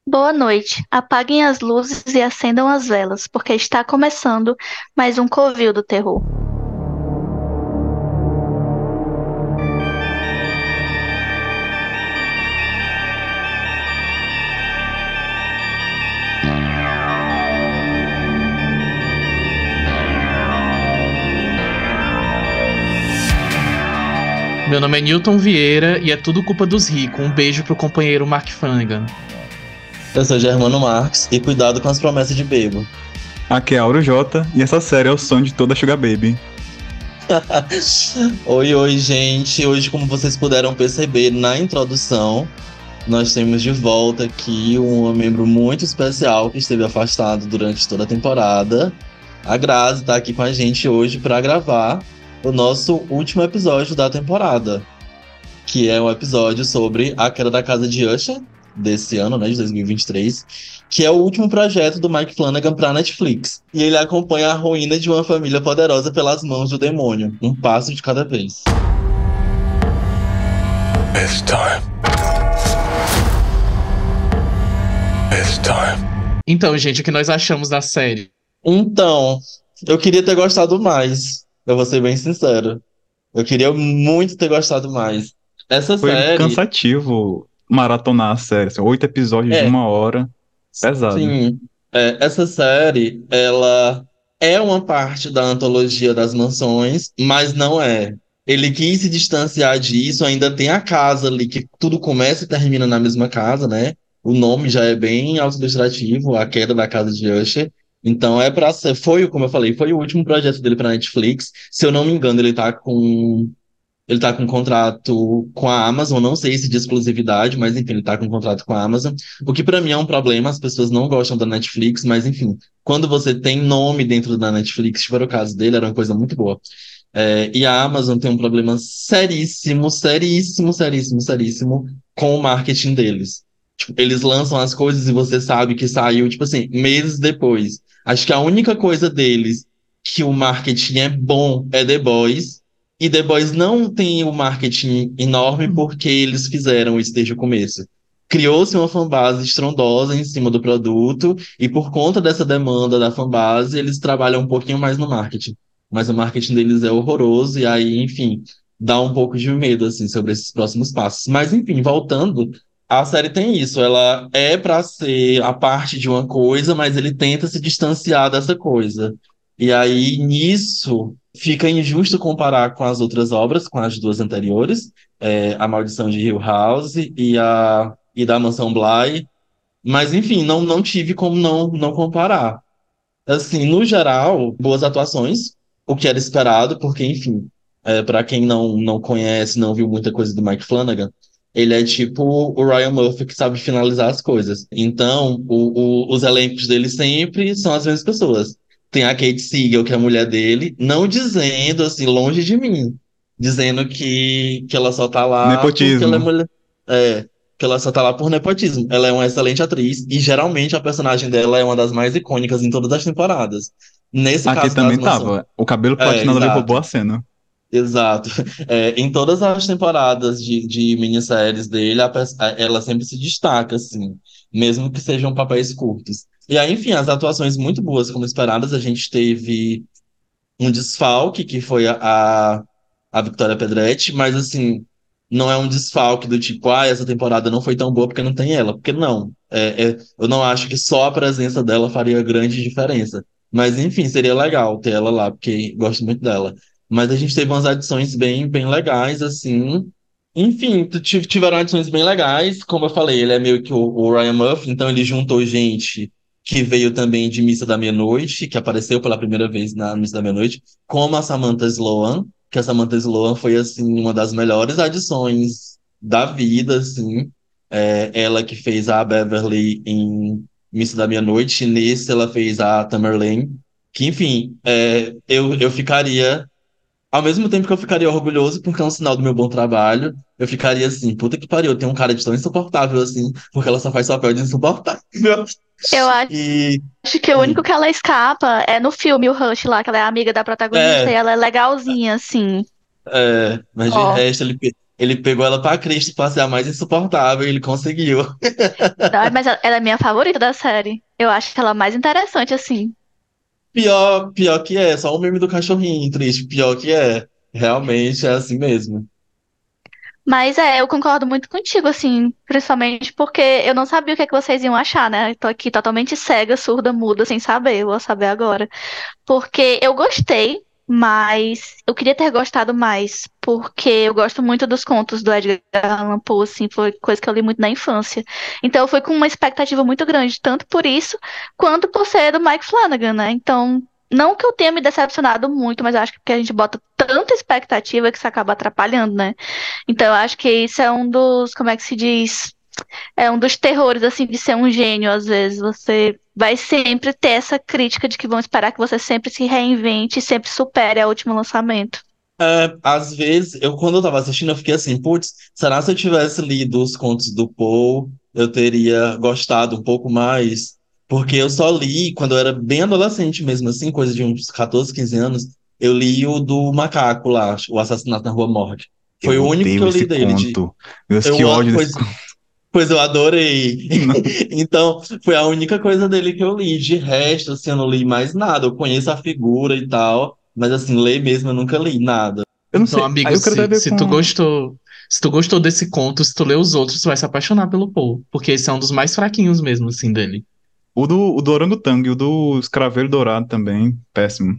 Boa noite. Apaguem as luzes e acendam as velas, porque está começando mais um Covil do Terror. Meu nome é Newton Vieira e é tudo culpa dos ricos. Um beijo pro companheiro Mark Flanagan. Eu sou Germano Marques e cuidado com as promessas de bebo. Aqui é Auro J e essa série é o sonho de toda Sugar Baby. Oi, oi, gente. Hoje, como vocês puderam perceber na introdução, nós temos de volta aqui um membro muito especial que esteve afastado durante toda a temporada. A Grazi tá aqui com a gente hoje para gravar o nosso último episódio da temporada, que é um episódio sobre a queda da casa de Usher, desse ano, né, de 2023, que é o último projeto do Mike Flanagan para Netflix. E ele acompanha a ruína de uma família poderosa pelas mãos do demônio, um passo de cada vez. It's time. It's time. Então, gente, o que nós achamos da série? Então, eu queria ter gostado mais, eu vou ser bem sincero. Eu queria muito ter gostado mais. Essa Foi série, cansativo maratonar a série, assim, 8 episódios de é, 1 hora, pesado. sim, essa série, ela é uma parte da antologia das mansões, mas não é. Ele quis se distanciar disso, ainda tem a casa ali, que tudo começa e termina na mesma casa, né? O nome já é bem autoilustrativo, A Queda da Casa de Usher. Então é para ser, foi, como eu falei, foi o último projeto dele para Netflix. Se eu não me engano, ele tá com um contrato com a Amazon, não sei se de exclusividade, mas enfim, ele tá com um contrato com a Amazon. O que pra mim é um problema, as pessoas não gostam da Netflix, mas enfim, quando você tem nome dentro da Netflix, tipo era o caso dele, era uma coisa muito boa. E a Amazon tem um problema seríssimo, seríssimo, seríssimo, seríssimo com o marketing deles. Tipo, eles lançam as coisas e você sabe que saiu, tipo assim, meses depois. Acho que a única coisa deles que o marketing é bom é The Boys. E The Boys não tem o marketing enorme porque eles fizeram isso desde o começo. Criou-se uma fanbase estrondosa em cima do produto, e por conta dessa demanda da fanbase, eles trabalham um pouquinho mais no marketing. Mas o marketing deles é horroroso, e aí, enfim, dá um pouco de medo, assim, sobre esses próximos passos. Mas, enfim, voltando, a série tem isso. Ela é para ser a parte de uma coisa, mas ele tenta se distanciar dessa coisa. E aí, nisso, fica injusto comparar com as outras obras, com as duas anteriores, A Maldição de Hill House e da Mansão Bly. Mas, enfim, não tive como não comparar. Assim, no geral, boas atuações, o que era esperado, porque, enfim, para quem não conhece, não viu muita coisa do Mike Flanagan, ele é tipo o Ryan Murphy que sabe finalizar as coisas. Então, os elencos dele sempre são as mesmas pessoas. Tem a Kate Siegel, que é a mulher dele, não dizendo, assim, longe de mim, dizendo que ela só tá lá porque ela é Nepotismo. mulher. É, que ela só tá lá por nepotismo. Ela é uma excelente atriz e geralmente a personagem dela é uma das mais icônicas em todas as temporadas. Nesse Aqui caso das também mansões. tava. O cabelo É, platinado ali roubou exato. a cena. Exato. Em todas as temporadas de minisséries dele, ela sempre se destaca, assim, mesmo que sejam papéis curtos. E aí, enfim, as atuações muito boas, como esperadas. A gente teve um desfalque, que foi a Victoria Pedretti, mas assim, não é um desfalque do tipo, essa temporada não foi tão boa porque não tem ela. Porque não. Eu não acho que só a presença dela faria grande diferença. Mas enfim, seria legal ter ela lá, porque gosto muito dela. Mas a gente teve umas adições bem, bem legais, assim. Enfim, tiveram adições bem legais. Como eu falei, ele é meio que o Ryan Murphy, então ele juntou gente que veio também de Missa da Meia-Noite, que apareceu pela primeira vez na Missa da Meia-Noite, como a Samantha Sloan, que a Samantha Sloan foi, assim, uma das melhores adições da vida, assim. Ela que fez a Beverly em Missa da Meia-Noite, nesse ela fez a Tamerlane, que, enfim, eu ficaria ao mesmo tempo que eu ficaria orgulhoso porque é um sinal do meu bom trabalho, eu ficaria assim, puta que pariu, tem um cara de tão insuportável assim, porque ela só faz papel de insuportável. Eu acho E que o único que ela escapa é no filme, o Rush lá, que ela é amiga da protagonista e é, ela é legalzinha, assim. mas de Ó, resto Ele pegou ela pra Cristo pra ser a mais insuportável e ele conseguiu. Ai, mas ela é minha favorita da série. Eu acho ela mais interessante, assim. Pior que é, só o meme do cachorrinho triste, pior que é. Realmente é assim mesmo. Mas eu concordo muito contigo, assim, principalmente porque eu não sabia o que é que vocês iam achar, né? Eu tô aqui totalmente cega, surda, muda, sem saber. Eu vou saber agora. Porque eu gostei, mas eu queria ter gostado mais, porque eu gosto muito dos contos do Edgar Allan Poe, assim, foi coisa que eu li muito na infância. Então eu fui com uma expectativa muito grande, tanto por isso, quanto por ser do Mike Flanagan, né? Então, não que eu tenha me decepcionado muito, mas eu acho que porque a gente bota tanta expectativa que isso acaba atrapalhando, né? Então eu acho que isso é um dos, como é que se diz? É um dos terrores, assim, de ser um gênio, às vezes. Você vai sempre ter essa crítica de que vão esperar que você sempre se reinvente e sempre supere o último lançamento. É, às vezes, quando eu tava assistindo, eu fiquei assim, putz, será se eu tivesse lido os contos do Poe, eu teria gostado um pouco mais? Porque eu só li quando eu era bem adolescente mesmo, assim, coisa de uns 14, 15 anos, eu li o do macaco lá, o Assassinato na Rua Morgue. Foi Eu o único que odeio eu li esse dele. conto. Meu Deus, que Eu, ódio desse pois, conto. pois eu adorei. Não. Então, foi a única coisa dele que eu li. De resto, assim, eu não li mais nada. Eu conheço a figura e tal, mas assim, ler mesmo eu nunca li nada. Eu não Então, sei. Aí amigo, eu quero até ver com. se tu gostou desse conto, se tu ler os outros, tu vai se apaixonar pelo Paul, porque esse é um dos mais fraquinhos mesmo, assim, dele. O do Orangotango e o do Escraveiro Dourado também. Péssimo.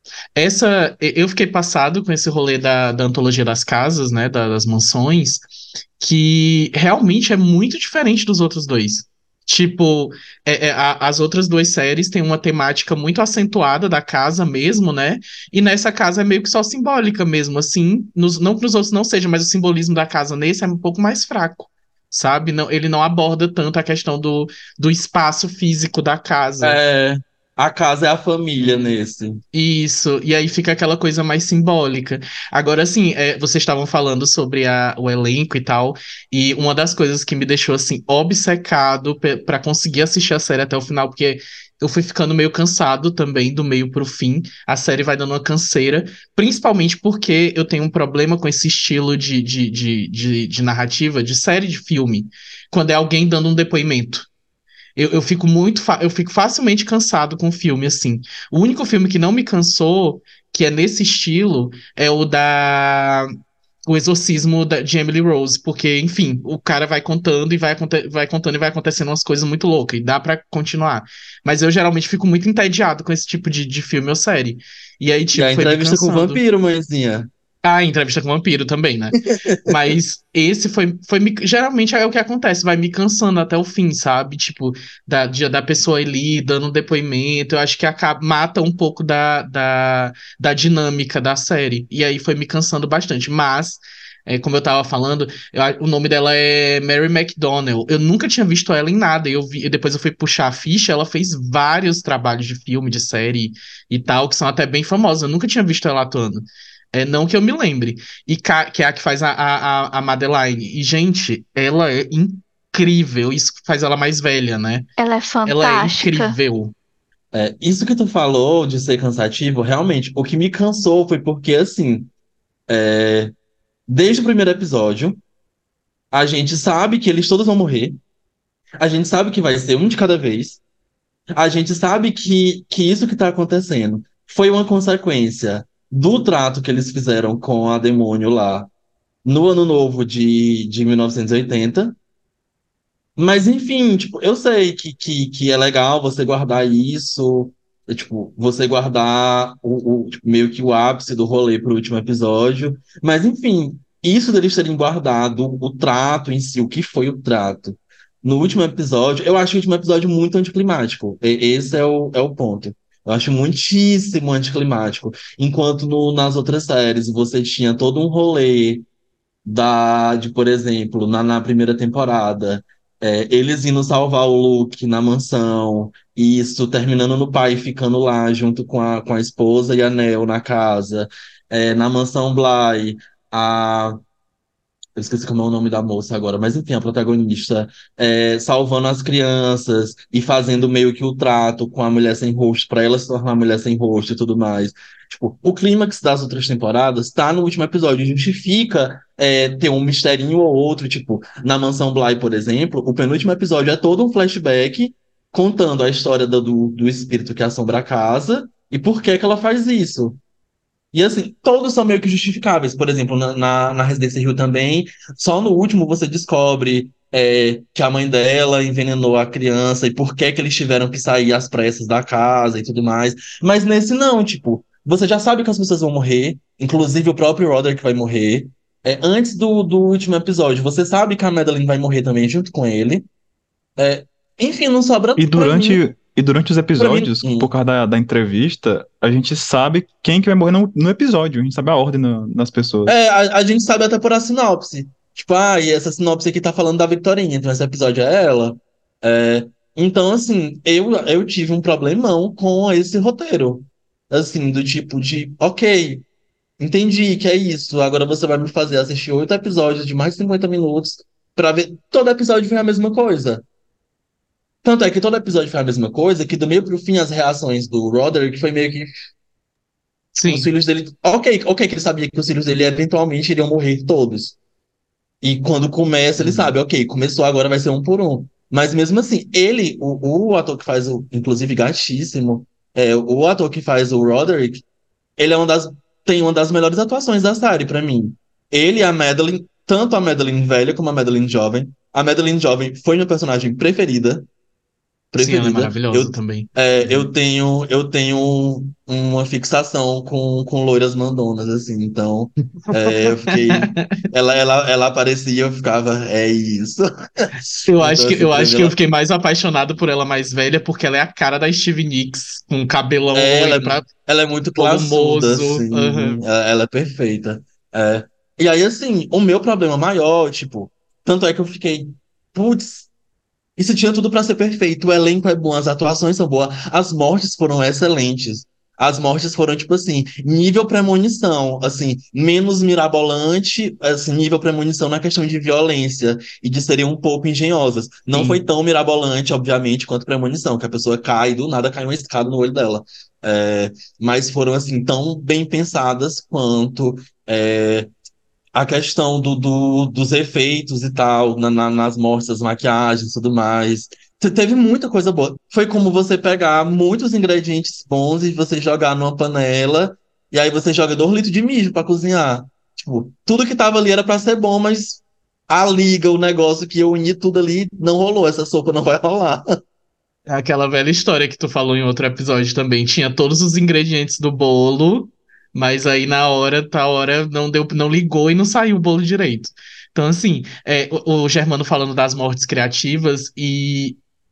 Eu fiquei passado com esse rolê da antologia das casas, né, das mansões, que realmente é muito diferente dos outros dois. Tipo, as outras duas séries têm uma temática muito acentuada da casa mesmo, né? E nessa casa é meio que só simbólica mesmo, assim. Não que nos outros não seja, mas o simbolismo da casa nesse é um pouco mais fraco, sabe? Não, ele não aborda tanto a questão do espaço físico da casa. É, a casa é a família nesse. Isso, e aí fica aquela coisa mais simbólica. Agora, assim, vocês estavam falando sobre o elenco e tal, e uma das coisas que me deixou, assim, obcecado pra conseguir assistir a série até o final, porque eu fui ficando meio cansado também, do meio pro fim, a série vai dando uma canseira, principalmente porque eu tenho um problema com esse estilo de narrativa, de série de filme, quando é alguém dando um depoimento. Eu fico facilmente cansado com filme, assim. O único filme que não me cansou, que é nesse estilo, é o Exorcismo de Emily Rose, porque, enfim, o cara vai contando e vai contando e vai acontecendo umas coisas muito loucas, e dá pra continuar. Mas eu geralmente fico muito entediado com esse tipo de filme ou série. E aí, E tipo, a foi me entrevista com o cansando. vampiro, mãezinha. Ah, Entrevista com o Vampiro também, né? Mas esse geralmente é o que acontece, vai me cansando até o fim, sabe? Tipo, da pessoa ali dando um depoimento, eu acho que mata um pouco da dinâmica da série. E aí foi me cansando bastante. Mas, como eu tava falando, o nome dela é Mary McDonnell. Eu nunca tinha visto ela em nada. E depois eu fui puxar a ficha, ela fez vários trabalhos de filme, de série e tal, que são até bem famosos. Eu nunca tinha visto ela atuando. Não que eu me lembre. Que é a que faz a Madeline. E, gente, ela é incrível. Isso faz ela mais velha, né? Ela é Ela é fantástica. incrível. Isso que tu falou de ser cansativo, realmente, o que me cansou foi porque, assim, desde o primeiro episódio, a gente sabe que eles todos vão morrer, a gente sabe que vai ser um de cada vez, a gente sabe que isso que tá acontecendo foi uma consequência do trato que eles fizeram com a demônio lá no Ano Novo de 1980. Mas, enfim, tipo, eu sei que é legal você guardar isso, tipo, você guardar tipo, meio que o ápice do rolê pro último episódio. Mas, enfim, isso deles terem guardado o trato em si, o que foi o trato. No último episódio, eu acho o último episódio muito anticlimático. Esse é o ponto. Eu acho muitíssimo anticlimático. Enquanto nas outras séries você tinha todo um rolê por exemplo, na primeira temporada, eles indo salvar o Luke na mansão, e isso terminando no pai ficando lá junto com a esposa e a Nell na casa. Na mansão Bly, a, Eu esqueci como é o nome da moça agora, mas enfim, a protagonista salvando as crianças e fazendo meio que o trato com a mulher sem rosto pra ela se tornar mulher sem rosto e tudo mais. Tipo, o clímax das outras temporadas tá no último episódio, justifica ter um misterinho ou outro, tipo, na Mansão Bly, por exemplo, o penúltimo episódio é todo um flashback contando a história do espírito que assombra a casa e por que que ela faz isso. E assim, todos são meio que justificáveis. Por exemplo, na Residência Rio também, só no último você descobre que a mãe dela envenenou a criança e por que que eles tiveram que sair às pressas da casa e tudo mais. Mas nesse não, tipo, você já sabe que as pessoas vão morrer, inclusive o próprio Roderick vai morrer. Antes do último episódio, você sabe que a Madeline vai morrer também junto com ele. É, enfim, não sobra E pra mim. durante os Pra mim, episódios, por causa da entrevista, a gente sabe quem que vai morrer no episódio. A gente sabe a ordem das pessoas. a gente sabe até por a sinopse. Tipo, e essa sinopse aqui tá falando da Victorinha, então esse episódio é ela. É, então, assim, eu tive um problemão com esse roteiro. Assim, do tipo de, ok, entendi que é isso. Agora você vai me fazer assistir 8 episódios de mais de 50 minutos pra ver. Todo episódio foi a mesma coisa. Tanto é que todo episódio foi a mesma coisa, que do meio pro fim as reações do Roderick foi meio que os Sim, filhos dele. Ok, que ele sabia que os filhos dele eventualmente iriam morrer todos. E quando começa, ele uhum, sabe, ok, começou agora vai ser um por um. Mas mesmo assim, o ator que faz inclusive gatíssimo, o ator que faz o Roderick, ele tem uma das melhores atuações da série pra mim. Ele e a Madeline, tanto a Madeline velha como a Madeline jovem. A Madeline jovem foi minha personagem preferida sim, ela é preferida. maravilhosa também. Eu Uhum. tenho uma fixação com loiras mandonas, assim. Então, eu fiquei. Ela aparecia, eu ficava, é isso. Então, assim, Eu pra acho mim, que eu fiquei mais apaixonado por ela mais velha, porque ela é a cara da Stevie Nicks, com cabelão ela, é- loiro, pra ela é muito classuda, volumoso. assim. Aham. Ela é perfeita. É. E aí, assim, o meu problema maior, tipo, tanto é que eu fiquei. Putz. Isso tinha tudo pra ser perfeito. O elenco é bom, as atuações são boas, as mortes foram excelentes. As mortes foram, tipo assim, nível premonição, assim, menos mirabolante, assim, nível premonição na questão de violência e de serem um pouco engenhosas. Não foi Sim. tão mirabolante, obviamente, quanto premonição, que a pessoa cai e do nada cai uma escada no olho dela. É, mas foram, assim, tão bem pensadas quanto. é, a questão dos efeitos e tal, nas mortes, as maquiagens e tudo mais. Teve muita coisa boa. Foi como você pegar muitos ingredientes bons e você jogar numa panela, e aí você joga 2 litros de mijo pra cozinhar. Tipo, tudo que tava ali era pra ser bom, mas a liga, o negócio que eu uni tudo ali, não rolou. Essa sopa não vai rolar. É aquela velha história que tu falou em outro episódio também. Tinha todos os ingredientes do bolo, mas aí na hora, tá hora, não deu, não ligou e não saiu o bolo direito. Então, assim, o Germano falando das mortes criativas, e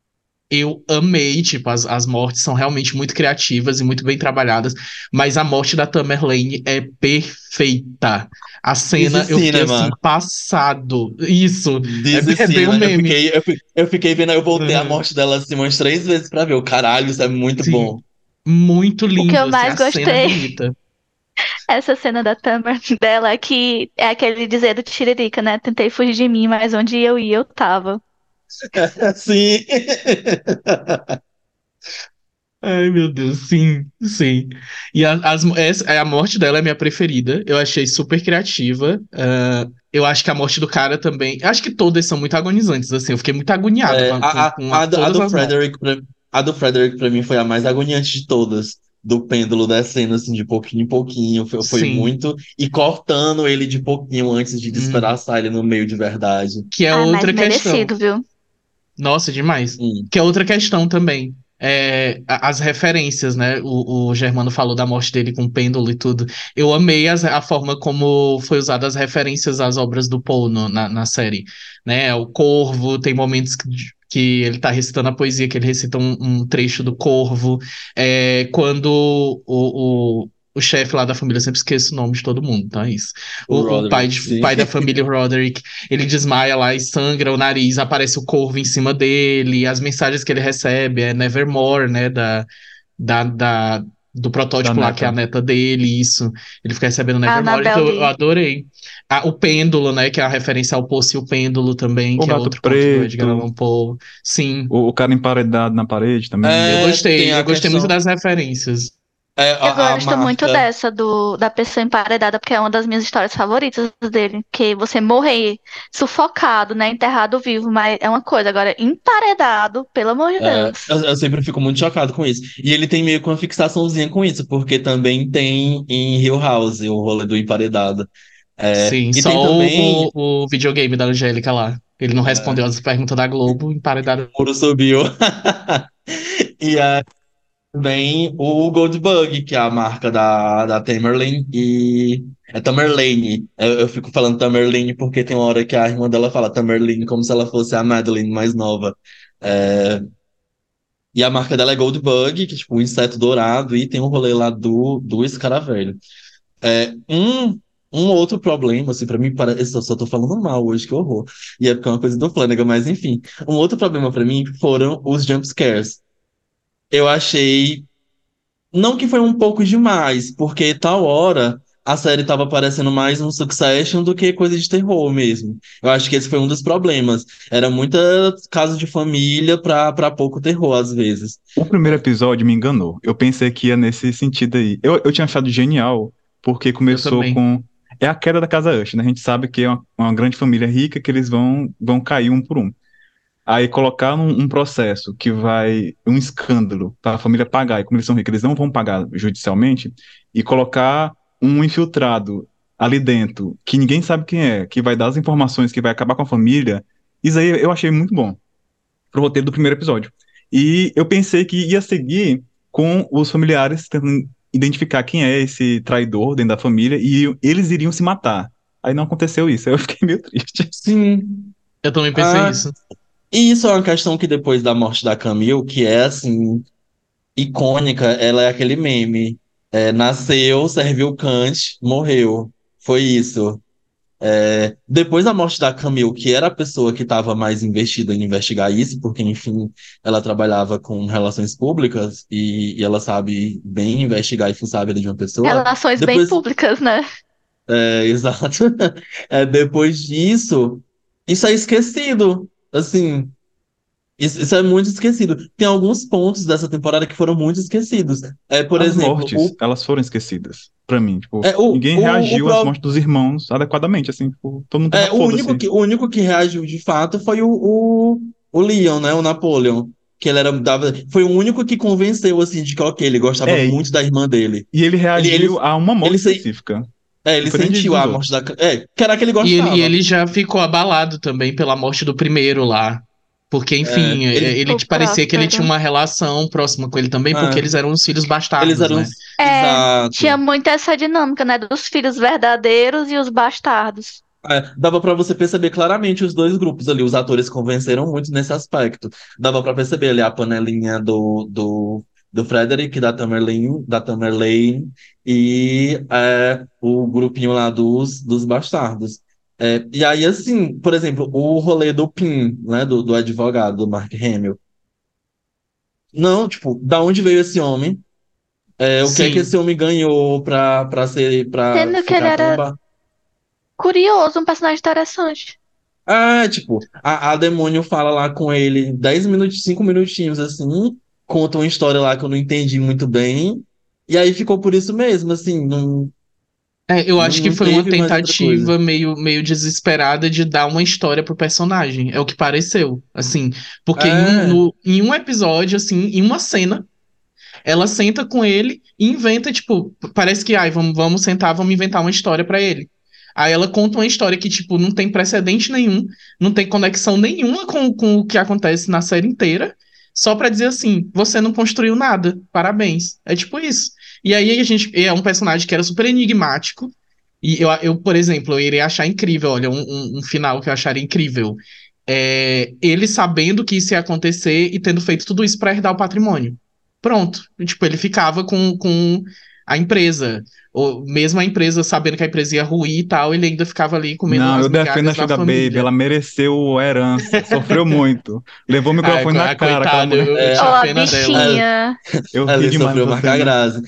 eu amei, tipo, as mortes são realmente muito criativas e muito bem trabalhadas, mas a morte da Tamerlane é perfeita. A Dizzy cena, eu fiquei assim, Cinema. passado. Isso, Dizzy é bem um Cinema. meme. Eu fiquei vendo, eu voltei a Uhum. morte dela assim umas 3 vezes pra ver. O caralho, isso é muito Sim, bom. muito O que eu lindo, assim, mais a cena é gostei, bonita. essa cena da Tamar dela, é que é aquele dizer do Tiririca, né? Tentei fugir de mim, mas onde eu ia, eu tava. Sim. Ai, meu Deus, sim, sim. E a morte dela é a minha preferida. Eu achei super criativa. Eu acho que a morte do cara também. Eu acho que todas são muito agonizantes, assim. Eu fiquei muito agoniado É, a todas do as mortes. Frederick, a do Frederick pra mim foi a mais agoniante de todas. Do pêndulo descendo assim de pouquinho em pouquinho. Foi Sim. muito. E cortando ele de pouquinho antes de Uhum. despedaçar ele no meio de verdade. Que é Ah, mas outra questão. merecido, viu? Nossa, demais. Hum, Que é outra questão também. As referências, né? O Germano falou da morte dele com o pêndulo e tudo. Eu amei a forma como foi usada as referências às obras do Poe na série. Né? O Corvo, tem momentos que ele tá recitando a poesia, que ele recita um trecho do Corvo. Quando o chefe lá da família, eu sempre esqueço o nome de todo mundo, então é isso. o O Roderick, pai sim. da família, o Roderick, ele desmaia lá e sangra o nariz, aparece o corvo em cima dele, as mensagens que ele recebe é Nevermore, né, da, do Da protótipo lá, que é a neta. neta dele, isso. Ele fica recebendo A Nevermore, então Annabelle eu Lee. adorei. O Pêndulo, né, que é a referência ao Poço e o Pêndulo também, O que é Gato outro conto do Edgar Preto, Allan Poe. Sim, o cara emparedado na parede também. Tem eu a gostei muito questão. das referências. Eu A gosto muito marca. dessa da pessoa emparedada, porque é uma das minhas histórias favoritas dele. Que você morrer sufocado, né? Enterrado vivo, mas é uma coisa. Agora, emparedado, pelo amor de Deus. Eu sempre fico muito chocado com isso. E ele tem meio que uma fixaçãozinha com isso, porque também tem em Hill House o rolê do emparedado. Sim, E só tem também. o videogame da Angélica lá. Ele não É, respondeu as perguntas da Globo, emparedado. o muro subiu. E aí também o Goldbug, que é a marca da Tamerlane. E. É Tamerlane. Eu fico falando Tamerlane porque tem uma hora que a irmã dela fala Tamerlane como se ela fosse a Madeline mais nova. É, E a marca dela é Goldbug, que é tipo um inseto dourado, e tem um rolê lá do escaravelho. Um outro problema, assim, pra mim, eu só tô falando mal hoje, que horror. E é porque é uma coisa do Flanagan, mas enfim. Um outro problema pra mim foram os jump scares. Eu achei. Não que foi um pouco demais, porque tal hora a série tava parecendo mais um Succession do que coisa de terror mesmo. Eu acho que esse foi um dos problemas. Era muita casa de família pra pouco terror, às vezes. O primeiro episódio me enganou. Eu pensei que ia nesse sentido aí. Eu tinha achado genial, porque Eu começou também. com. É a queda da casa Usher, né? A gente sabe que é uma grande família rica que eles vão cair um por um. Aí colocar um processo que vai. Um escândalo para a família pagar, e como eles são ricos, eles não vão pagar judicialmente, e colocar um infiltrado ali dentro, que ninguém sabe quem é, que vai dar as informações, que vai acabar com a família. Isso aí eu achei muito bom pro roteiro do primeiro episódio. E eu pensei que ia seguir com os familiares tentando identificar quem é esse traidor dentro da família e eles iriam se matar. Aí não aconteceu isso, aí eu fiquei meio triste. Sim. Eu também pensei Ah, isso. e isso é uma questão que depois da morte da Camille, que é assim, icônica, ela é aquele meme. Nasceu, serviu Kant, morreu. Foi isso. Depois da morte da Camille, que era a pessoa que estava mais investida em investigar isso, porque, enfim, ela trabalhava com relações públicas e ela sabe bem investigar e fuçar a vida de uma pessoa. Relações bem Depois, públicas, né? exato. Depois disso, isso é esquecido. Assim. Isso é muito esquecido. Tem alguns pontos dessa temporada que foram muito esquecidos. Por As exemplo, mortes, elas foram esquecidas pra mim, tipo, é, o, ninguém o, o, reagiu às pró- mortes dos irmãos adequadamente, assim, tipo, todo mundo tava foda-se. o único que reagiu de fato foi o Leon, né? O Napoleon. Que ele foi o único que convenceu, assim, de que, ok, ele gostava É, muito da irmã dele. e ele Ele, ele, reagiu a uma morte ele, se- específica, ele diferente sentiu dos a morte outros. que era a que ele E gostava. ele já ficou abalado também pela morte do primeiro lá. Porque, enfim, ele O te parecia que ele tinha Próspero. uma relação próxima com ele também, porque É, eles eram os filhos eles bastardos, eram. né? É, tinha Exato. muito essa dinâmica, né? Dos filhos verdadeiros e os bastardos. Dava pra você perceber claramente os dois grupos ali. Os atores convenceram muito nesse aspecto. Dava pra perceber ali a panelinha do Frederick, da Tamerlane e o grupinho lá dos bastardos. E aí, assim, por exemplo, o rolê do Pim, né, do advogado, do Mark Hamill. Não, tipo, da onde veio esse homem? O que é que esse Sim. homem ganhou pra Sendo que ele ficar tão era curioso, um personagem interessante. Tipo, a Demônio fala lá com ele 10 minutos, 5 minutinhos assim, conta uma história lá que eu não entendi muito bem, e aí ficou por isso mesmo, assim, não, Eu não, acho que não foi uma teve mais outra coisa. tentativa meio desesperada de dar uma história pro personagem. É o que pareceu, assim. Porque É, em um episódio, assim, em uma cena, ela senta com ele e inventa, tipo, parece que, ai, vamos sentar, vamos inventar uma história pra ele. Aí ela conta uma história que, tipo, não tem precedente nenhum, não tem conexão nenhuma com o que acontece na série inteira, só pra dizer assim, você não construiu nada, parabéns. É tipo isso. E aí a gente, é um personagem que era super enigmático, e por exemplo, eu iria achar incrível, olha, um final que eu acharia incrível. Ele sabendo que isso ia acontecer e tendo feito tudo isso pra herdar o patrimônio. Pronto. Tipo, ele ficava com a empresa. Ou mesmo a empresa, sabendo que a empresa ia ruir e tal, ele ainda ficava ali comendo Não, as eu defendo a migalhas da Sugar Baby, família. ela mereceu a herança, sofreu muito. Levou o Ah, microfone na cara, aquela coitada, mulher. eu Oh, tinha a pena dela. Ela, bichinha. Eu ri ela demais sofreu nessa marcar cena. graça.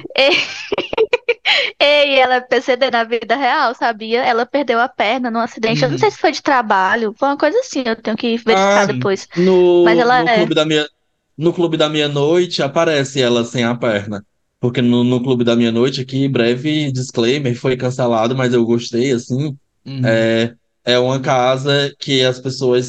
Ei, ela é PCD na vida real, sabia? Ela perdeu a perna num acidente. Eu não sei Uhum. se foi de trabalho, foi uma coisa assim, eu tenho que verificar Ah, Sim. depois. Mas no, ela no é. clube da minha, no Clube da Meia-Noite aparece ela sem a perna. Porque no Clube da Meia-Noite, aqui, breve disclaimer, foi cancelado, mas eu gostei, assim. Uhum. É, é uma casa que as pessoas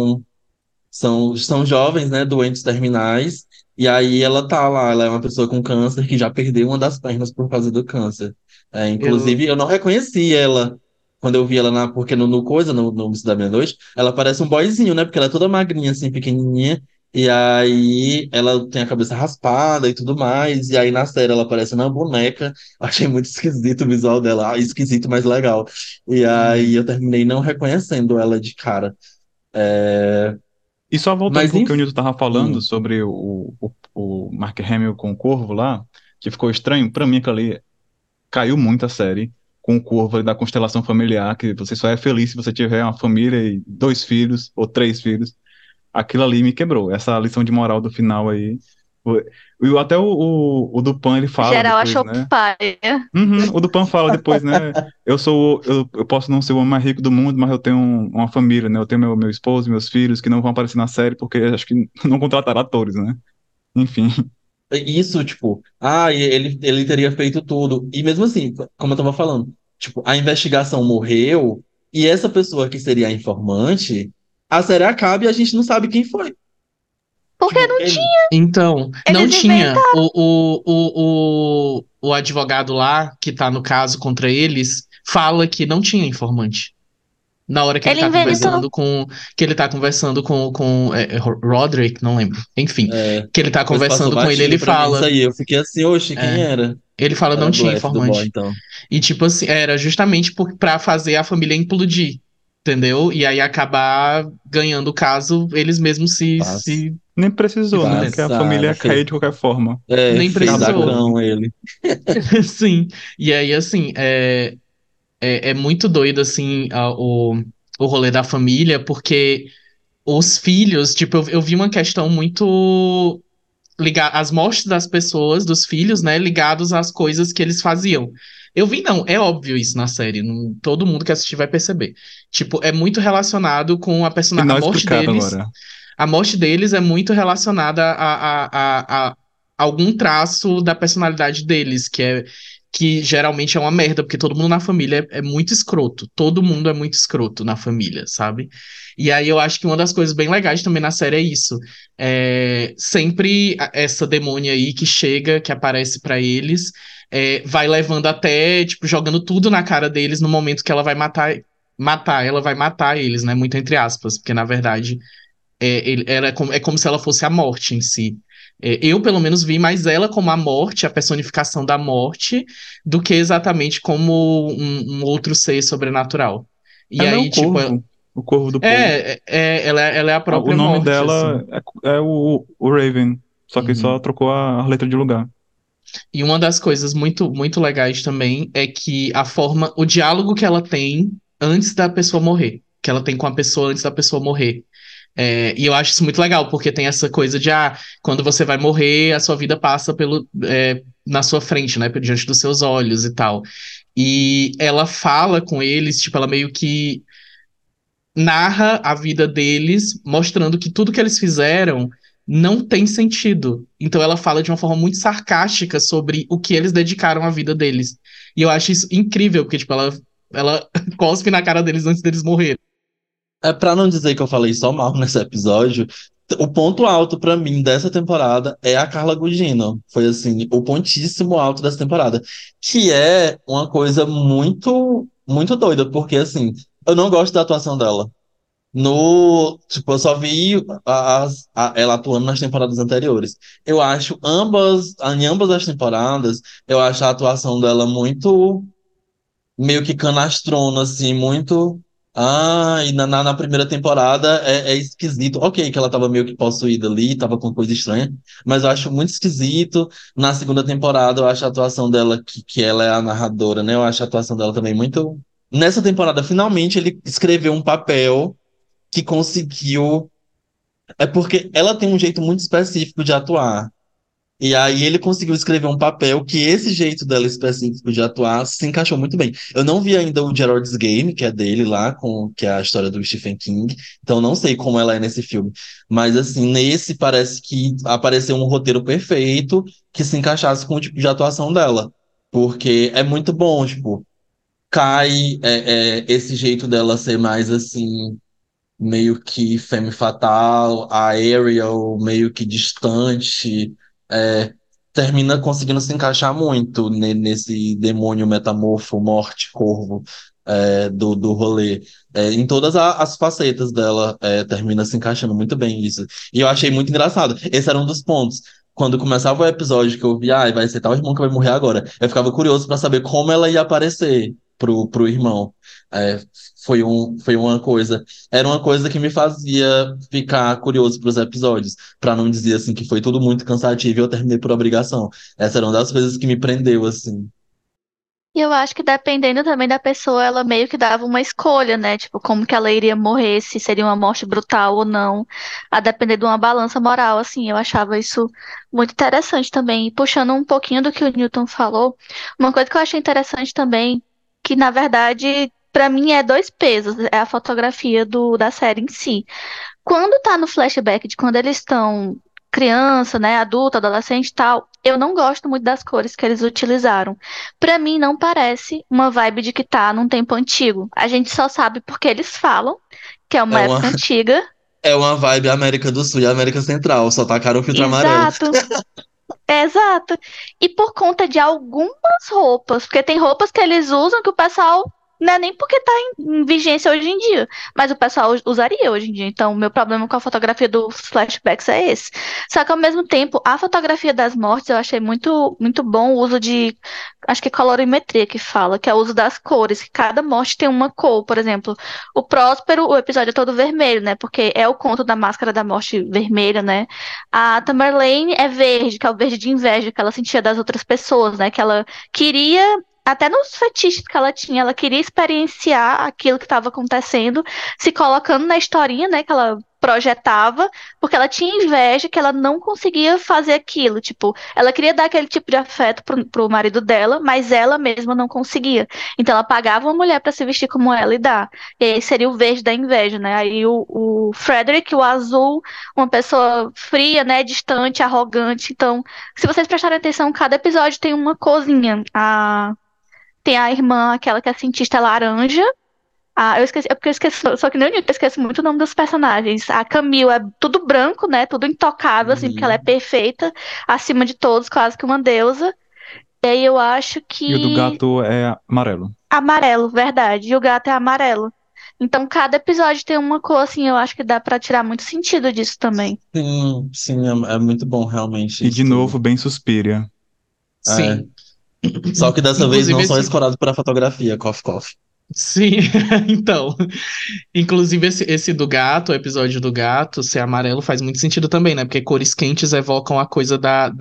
são jovens, né, doentes terminais, e aí ela tá lá, ela é uma pessoa com câncer que já perdeu uma das pernas por causa do câncer. Eu, Inclusive, eu não reconheci ela quando eu vi ela porque no coisa, no Miss da Meia-Noite, ela parece um boyzinho, né, porque ela é toda magrinha, assim, pequenininha, e aí ela tem a cabeça raspada e tudo mais, e aí na série ela parece uma boneca. Achei muito esquisito o visual dela, esquisito, mas legal. E aí uhum. eu terminei não reconhecendo ela de cara. E só voltando Mas pro que o enfim. Newton tava falando sobre o Mark Hamill com o Corvo lá, que ficou estranho, pra mim aquilo ali caiu muito a série, com o Corvo ali da constelação familiar, que você só é feliz se você tiver uma família e 2 filhos ou 3 filhos. Aquilo ali me quebrou. Essa lição de moral do final aí. Até o Dupan ele fala Geral depois, achou né? paia. Uhum, o Dupan fala depois, né? Eu posso não ser o homem mais rico do mundo, mas eu tenho uma família, né? Eu tenho meu esposo, meus filhos, que não vão aparecer na série porque acho que não contrataram atores, né? Enfim. Isso, tipo, ele teria feito tudo. E mesmo assim, como eu tava falando, tipo, a investigação morreu e essa pessoa que seria a informante, a série acaba e a gente não sabe quem foi. Porque Tipo, não ele. tinha. Então, não Eles tinha. inventaram. O advogado lá, que tá no caso contra eles, fala que não tinha informante. Na hora que ele Ele tá inventou. conversando com. Que ele tá conversando com Roderick, não lembro. Enfim, que ele tá Pois passou conversando com ele, batido ele pra mim isso fala. aí. Eu fiquei assim, oxe, quem É, era? ele fala Era não tinha blefe do boy, informante. então. E tipo assim, era justamente pra fazer a família implodir, entendeu? E aí acabar ganhando o caso, eles mesmos Passa, Nem se precisou, né? Porque a família passado, ia cair de qualquer forma. nem Ficava fez de a precisou. boa. cão ele. Sim. E aí, assim, é muito doido, assim, o rolê da família, porque os filhos, tipo, eu vi uma questão muito ligada às mortes das pessoas, dos filhos, né, ligados às coisas que eles faziam. Eu vi, não, é óbvio isso na série, todo mundo que assistir vai perceber. Tipo, é muito relacionado com a Final morte explicado deles. agora. A morte deles é muito relacionada a algum traço da personalidade deles, que geralmente é uma merda, porque todo mundo na família é muito escroto. Todo mundo é muito escroto na família, sabe? E aí eu acho que uma das coisas bem legais também na série é isso. Sempre essa demônia aí que chega, que aparece pra eles, vai levando até, tipo, jogando tudo na cara deles no momento que ela vai ela vai matar eles, né? Muito entre aspas, porque na verdade é como se ela fosse a morte em si. Eu, pelo menos, vi mais ela como a morte, a personificação da morte, do que exatamente como um outro ser sobrenatural. E Ela é aí, tipo, o corvo do povo. ela é a O própria nome morte, assim. dela é o Raven, só que só Uhum. trocou a letra de lugar. E uma das coisas muito, muito legais também é que o diálogo que ela tem antes da pessoa morrer, que ela tem com a pessoa antes da pessoa morrer. E eu acho isso muito legal, porque tem essa coisa de, quando você vai morrer, a sua vida passa na sua frente, né, diante dos seus olhos e tal. E ela fala com eles, tipo, ela meio que narra a vida deles, mostrando que tudo que eles fizeram não tem sentido. Então ela fala de uma forma muito sarcástica sobre o que eles dedicaram à vida deles. E eu acho isso incrível, porque, tipo, ela cospe na cara deles antes deles morrerem. Pra não dizer que eu falei só mal nesse episódio, o ponto alto pra mim dessa temporada é a Carla Gugino. Foi assim, o pontíssimo alto dessa temporada, que é uma coisa muito muito doida, porque assim, eu não gosto da atuação dela. No, tipo, eu só vi ela atuando nas temporadas anteriores. Eu acho em ambas as temporadas, eu acho a atuação dela muito meio que canastrona, assim, muito. Ah, e na primeira temporada é esquisito. Ok, que ela tava meio que possuída ali, tava com coisa estranha, mas eu acho muito esquisito. Na segunda temporada, eu acho a atuação dela, que ela é a narradora, né? Eu acho a atuação dela também muito. Nessa temporada, finalmente, ele escreveu um papel que conseguiu. É porque ela tem um jeito muito específico de atuar. E aí ele conseguiu escrever um papel que esse jeito dela específico de atuar se encaixou muito bem. Eu não vi ainda o Gerald's Game, que é dele lá, que é a história do Stephen King, então não sei como ela é nesse filme. Mas assim, nesse parece que apareceu um roteiro perfeito que se encaixasse com o tipo de atuação dela. Porque é muito bom, tipo, cai esse jeito dela ser mais assim meio que femme fatal, a Ariel meio que distante, é, termina conseguindo se encaixar muito nesse demônio metamorfo, morte, corvo, do rolê. Em todas as facetas dela, termina se encaixando muito bem isso. E eu achei muito engraçado. Esse era um dos pontos. Quando começava o episódio que eu via, vai ser tal irmão que vai morrer agora. Eu ficava curioso pra saber como ela ia aparecer pro irmão. É, foi uma coisa. Era uma coisa que me fazia ficar curioso para os episódios, para não dizer assim que foi tudo muito cansativo e eu terminei por obrigação. Essa era uma das coisas que me prendeu assim. E eu acho que dependendo também da pessoa, ela meio que dava uma escolha, né? Tipo, como que ela iria morrer, se seria uma morte brutal ou não, a depender de uma balança moral, assim. Eu achava isso muito interessante também. E puxando um pouquinho do que o Newton falou, uma coisa que eu achei interessante também, que na verdade, pra mim é dois pesos, é a fotografia da série em si. Quando tá no flashback de quando eles estão criança, né, adulto, adolescente e tal, eu não gosto muito das cores que eles utilizaram. Pra mim não parece uma vibe de que tá num tempo antigo. A gente só sabe porque eles falam que é É uma uma, época antiga. é uma vibe América do Sul e América Central, só tacaram o filtro amarelo. Exato. Exato. E por conta de algumas roupas, porque tem roupas que eles usam que o pessoal não é nem porque tá em vigência hoje em dia, mas o pessoal usaria hoje em dia. Então, o meu problema com a fotografia dos flashbacks é esse. Só que ao mesmo tempo, a fotografia das mortes eu achei muito muito bom o uso de, acho que é colorimetria que fala, que é o uso das cores, que cada morte tem uma cor, por exemplo, o Próspero, o episódio é todo vermelho, né? Porque é o conto da Máscara da Morte vermelha, né? A Tamerlane é verde, que é o verde de inveja que ela sentia das outras pessoas, né? Que ela queria, até nos fetiches que ela tinha, ela queria experienciar aquilo que estava acontecendo, se colocando na historinha, né? Que ela projetava, porque ela tinha inveja que ela não conseguia fazer aquilo. Tipo, ela queria dar aquele tipo de afeto pro marido dela, mas ela mesma não conseguia. Então ela pagava uma mulher para se vestir como ela e dar. E aí seria o verde da inveja, né? Aí o Frederick, o azul, uma pessoa fria, né, distante, arrogante. Então, se vocês prestarem atenção, cada episódio tem uma cozinha. Tem a irmã, aquela que é cientista laranja. Eu esqueci, é porque eu esqueci, só que nem eu esqueço muito o nome dos personagens. A Camille é tudo branco, né, tudo intocável, assim, porque ela é Uhum. perfeita, acima de todos, quase que uma deusa. E aí eu acho E o do que gato é amarelo. amarelo, verdade. E o gato é amarelo. Então, cada episódio tem uma cor, assim, eu acho que dá pra tirar muito sentido disso também. Sim, sim, é muito bom realmente E isso de tudo. novo, bem Suspiria. É. Sim. Só que dessa vez Inclusive não só esse. escorado para a fotografia, cough, cough. Sim, então. Inclusive esse do gato, o episódio do gato ser amarelo faz muito sentido também, né? Porque cores quentes evocam a coisa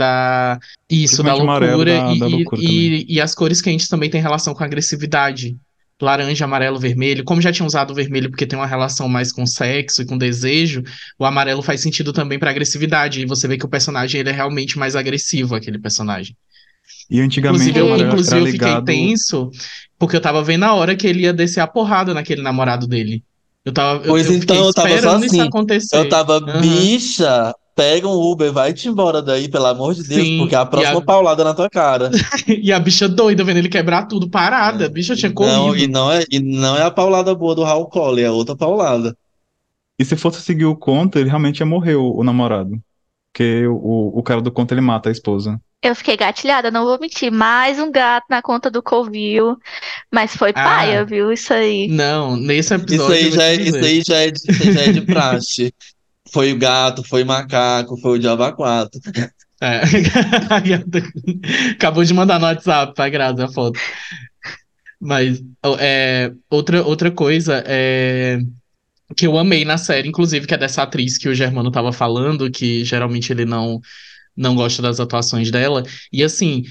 isso, da Principalmente o amarelo loucura, da loucura também. e as cores quentes também têm relação com a agressividade. Laranja, amarelo, vermelho. Como já tinha usado o vermelho porque tem uma relação mais com sexo e com desejo, o amarelo faz sentido também pra agressividade. E você vê que o personagem ele é realmente mais agressivo, aquele personagem. E Inclusive, antigamente o eu, amarelo era inclusive, eu fiquei ligado. tenso porque eu tava vendo a hora que ele ia descer a porrada naquele namorado dele. Pois Eu fiquei então, eu tava só esperando isso assim. Eu acontecer. tava, Aham. bicha, pega um Uber, vai-te embora daí, pelo amor de Deus, porque Sim, é a próxima paulada na tua cara. e a bicha doida vendo ele quebrar tudo, parada. A É, bicha tinha corrido. e não é a paulada boa do Raul Colley, é outra paulada. E se fosse seguir o conto, ele realmente ia morrer, o namorado. Porque o cara do conto ele mata a esposa. Eu fiquei gatilhada, não vou mentir. Mais um gato na conta do Covil. Mas foi paia, Ah, viu? Isso aí. não, nesse episódio eu vou te dizer. Isso aí já é de praxe. Foi o gato, foi o macaco, foi o diabo 4. É. Acabou de mandar no WhatsApp pra Grazi a foto. Mas outra coisa que eu amei na série, inclusive, que é dessa atriz que o Germano tava falando, que geralmente ele não gosta das atuações dela. E assim,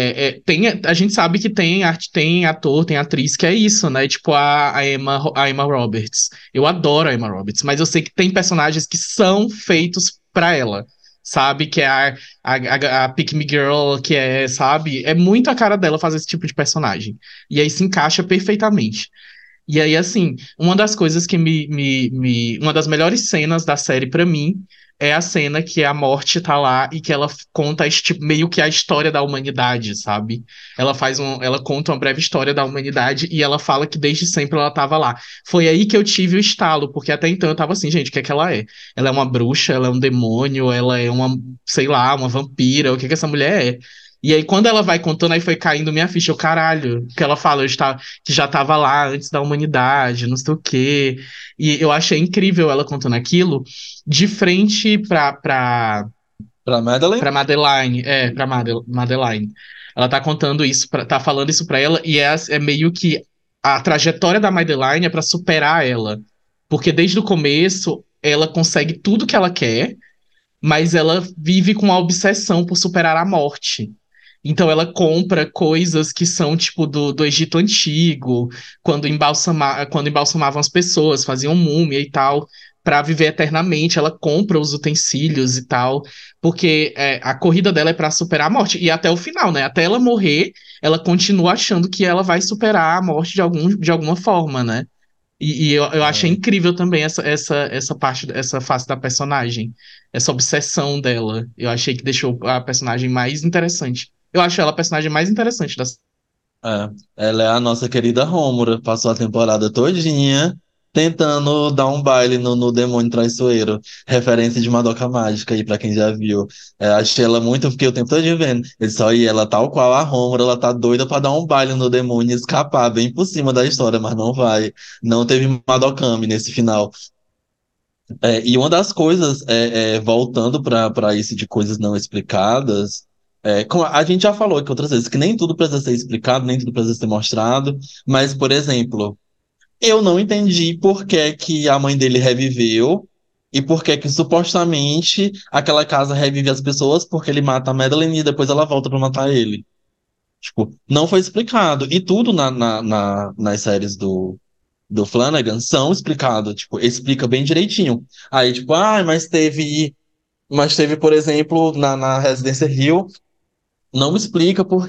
a gente sabe que tem ator, tem atriz que é isso, né? Tipo a Emma Roberts. Eu adoro a Emma Roberts, mas eu sei que tem personagens que são feitos pra ela. Sabe? Que é a Pick Me Girl, que sabe? É muito a cara dela fazer esse tipo de personagem. E aí se encaixa perfeitamente. E aí, assim, uma das coisas que uma das melhores cenas da série pra mim é a cena que a Morte tá lá e que ela conta meio que a história da humanidade, sabe? Ela conta uma breve história da humanidade e ela fala que desde sempre ela tava lá. Foi aí que eu tive o estalo, porque até então eu tava assim, gente, o que é que ela é? Ela é uma bruxa, ela é um demônio, ela é uma, sei lá, uma vampira, o que é que essa mulher é? E aí, quando ela vai contando, aí foi caindo minha ficha, eu, caralho, que ela fala, que já estava lá antes da humanidade, não sei o quê. E eu achei incrível ela contando aquilo de frente Pra Madeline? pra Madeline. Madeline. Ela tá contando isso, tá falando isso pra ela, e é meio que a trajetória da Madeline é pra superar ela. Porque desde o começo, ela consegue tudo que ela quer, mas ela vive com a obsessão por superar a morte. Então ela compra coisas que são tipo do Egito Antigo, quando embalsamavam as pessoas, faziam múmia e tal, para viver eternamente. Ela compra os utensílios e tal, porque a corrida dela é para superar a morte e até o final, né? Até ela morrer, ela continua achando que ela vai superar a morte de alguma forma, né? E eu achei É, incrível também essa parte, essa face da personagem, essa obsessão dela. Eu achei que deixou a personagem mais interessante. Eu acho ela a personagem mais interessante da. ela é a nossa querida Rômora, passou a temporada todinha tentando dar um baile no Demônio Traiçoeiro. Referência de Madoka Mágica aí, pra quem já viu. Achei ela muito, eu fiquei o tempo todo vendo. Eu disse, olha, ela tal qual a Rômora, ela tá doida pra dar um baile no Demônio e escapar bem por cima da história, mas não vai. Não teve Madokami nesse final. E uma das coisas, voltando para isso de coisas não explicadas, como a gente já falou aqui outras vezes, que nem tudo precisa ser explicado, nem tudo precisa ser mostrado, mas, por exemplo, eu não entendi por que que a mãe dele reviveu e por que que supostamente aquela casa revive as pessoas porque ele mata a Madeline e depois ela volta para matar ele. Tipo, não foi explicado. E tudo nas séries do Flanagan são explicados, tipo, explica bem direitinho. Aí, tipo, mas teve, por exemplo, na Residência Hill, não explica por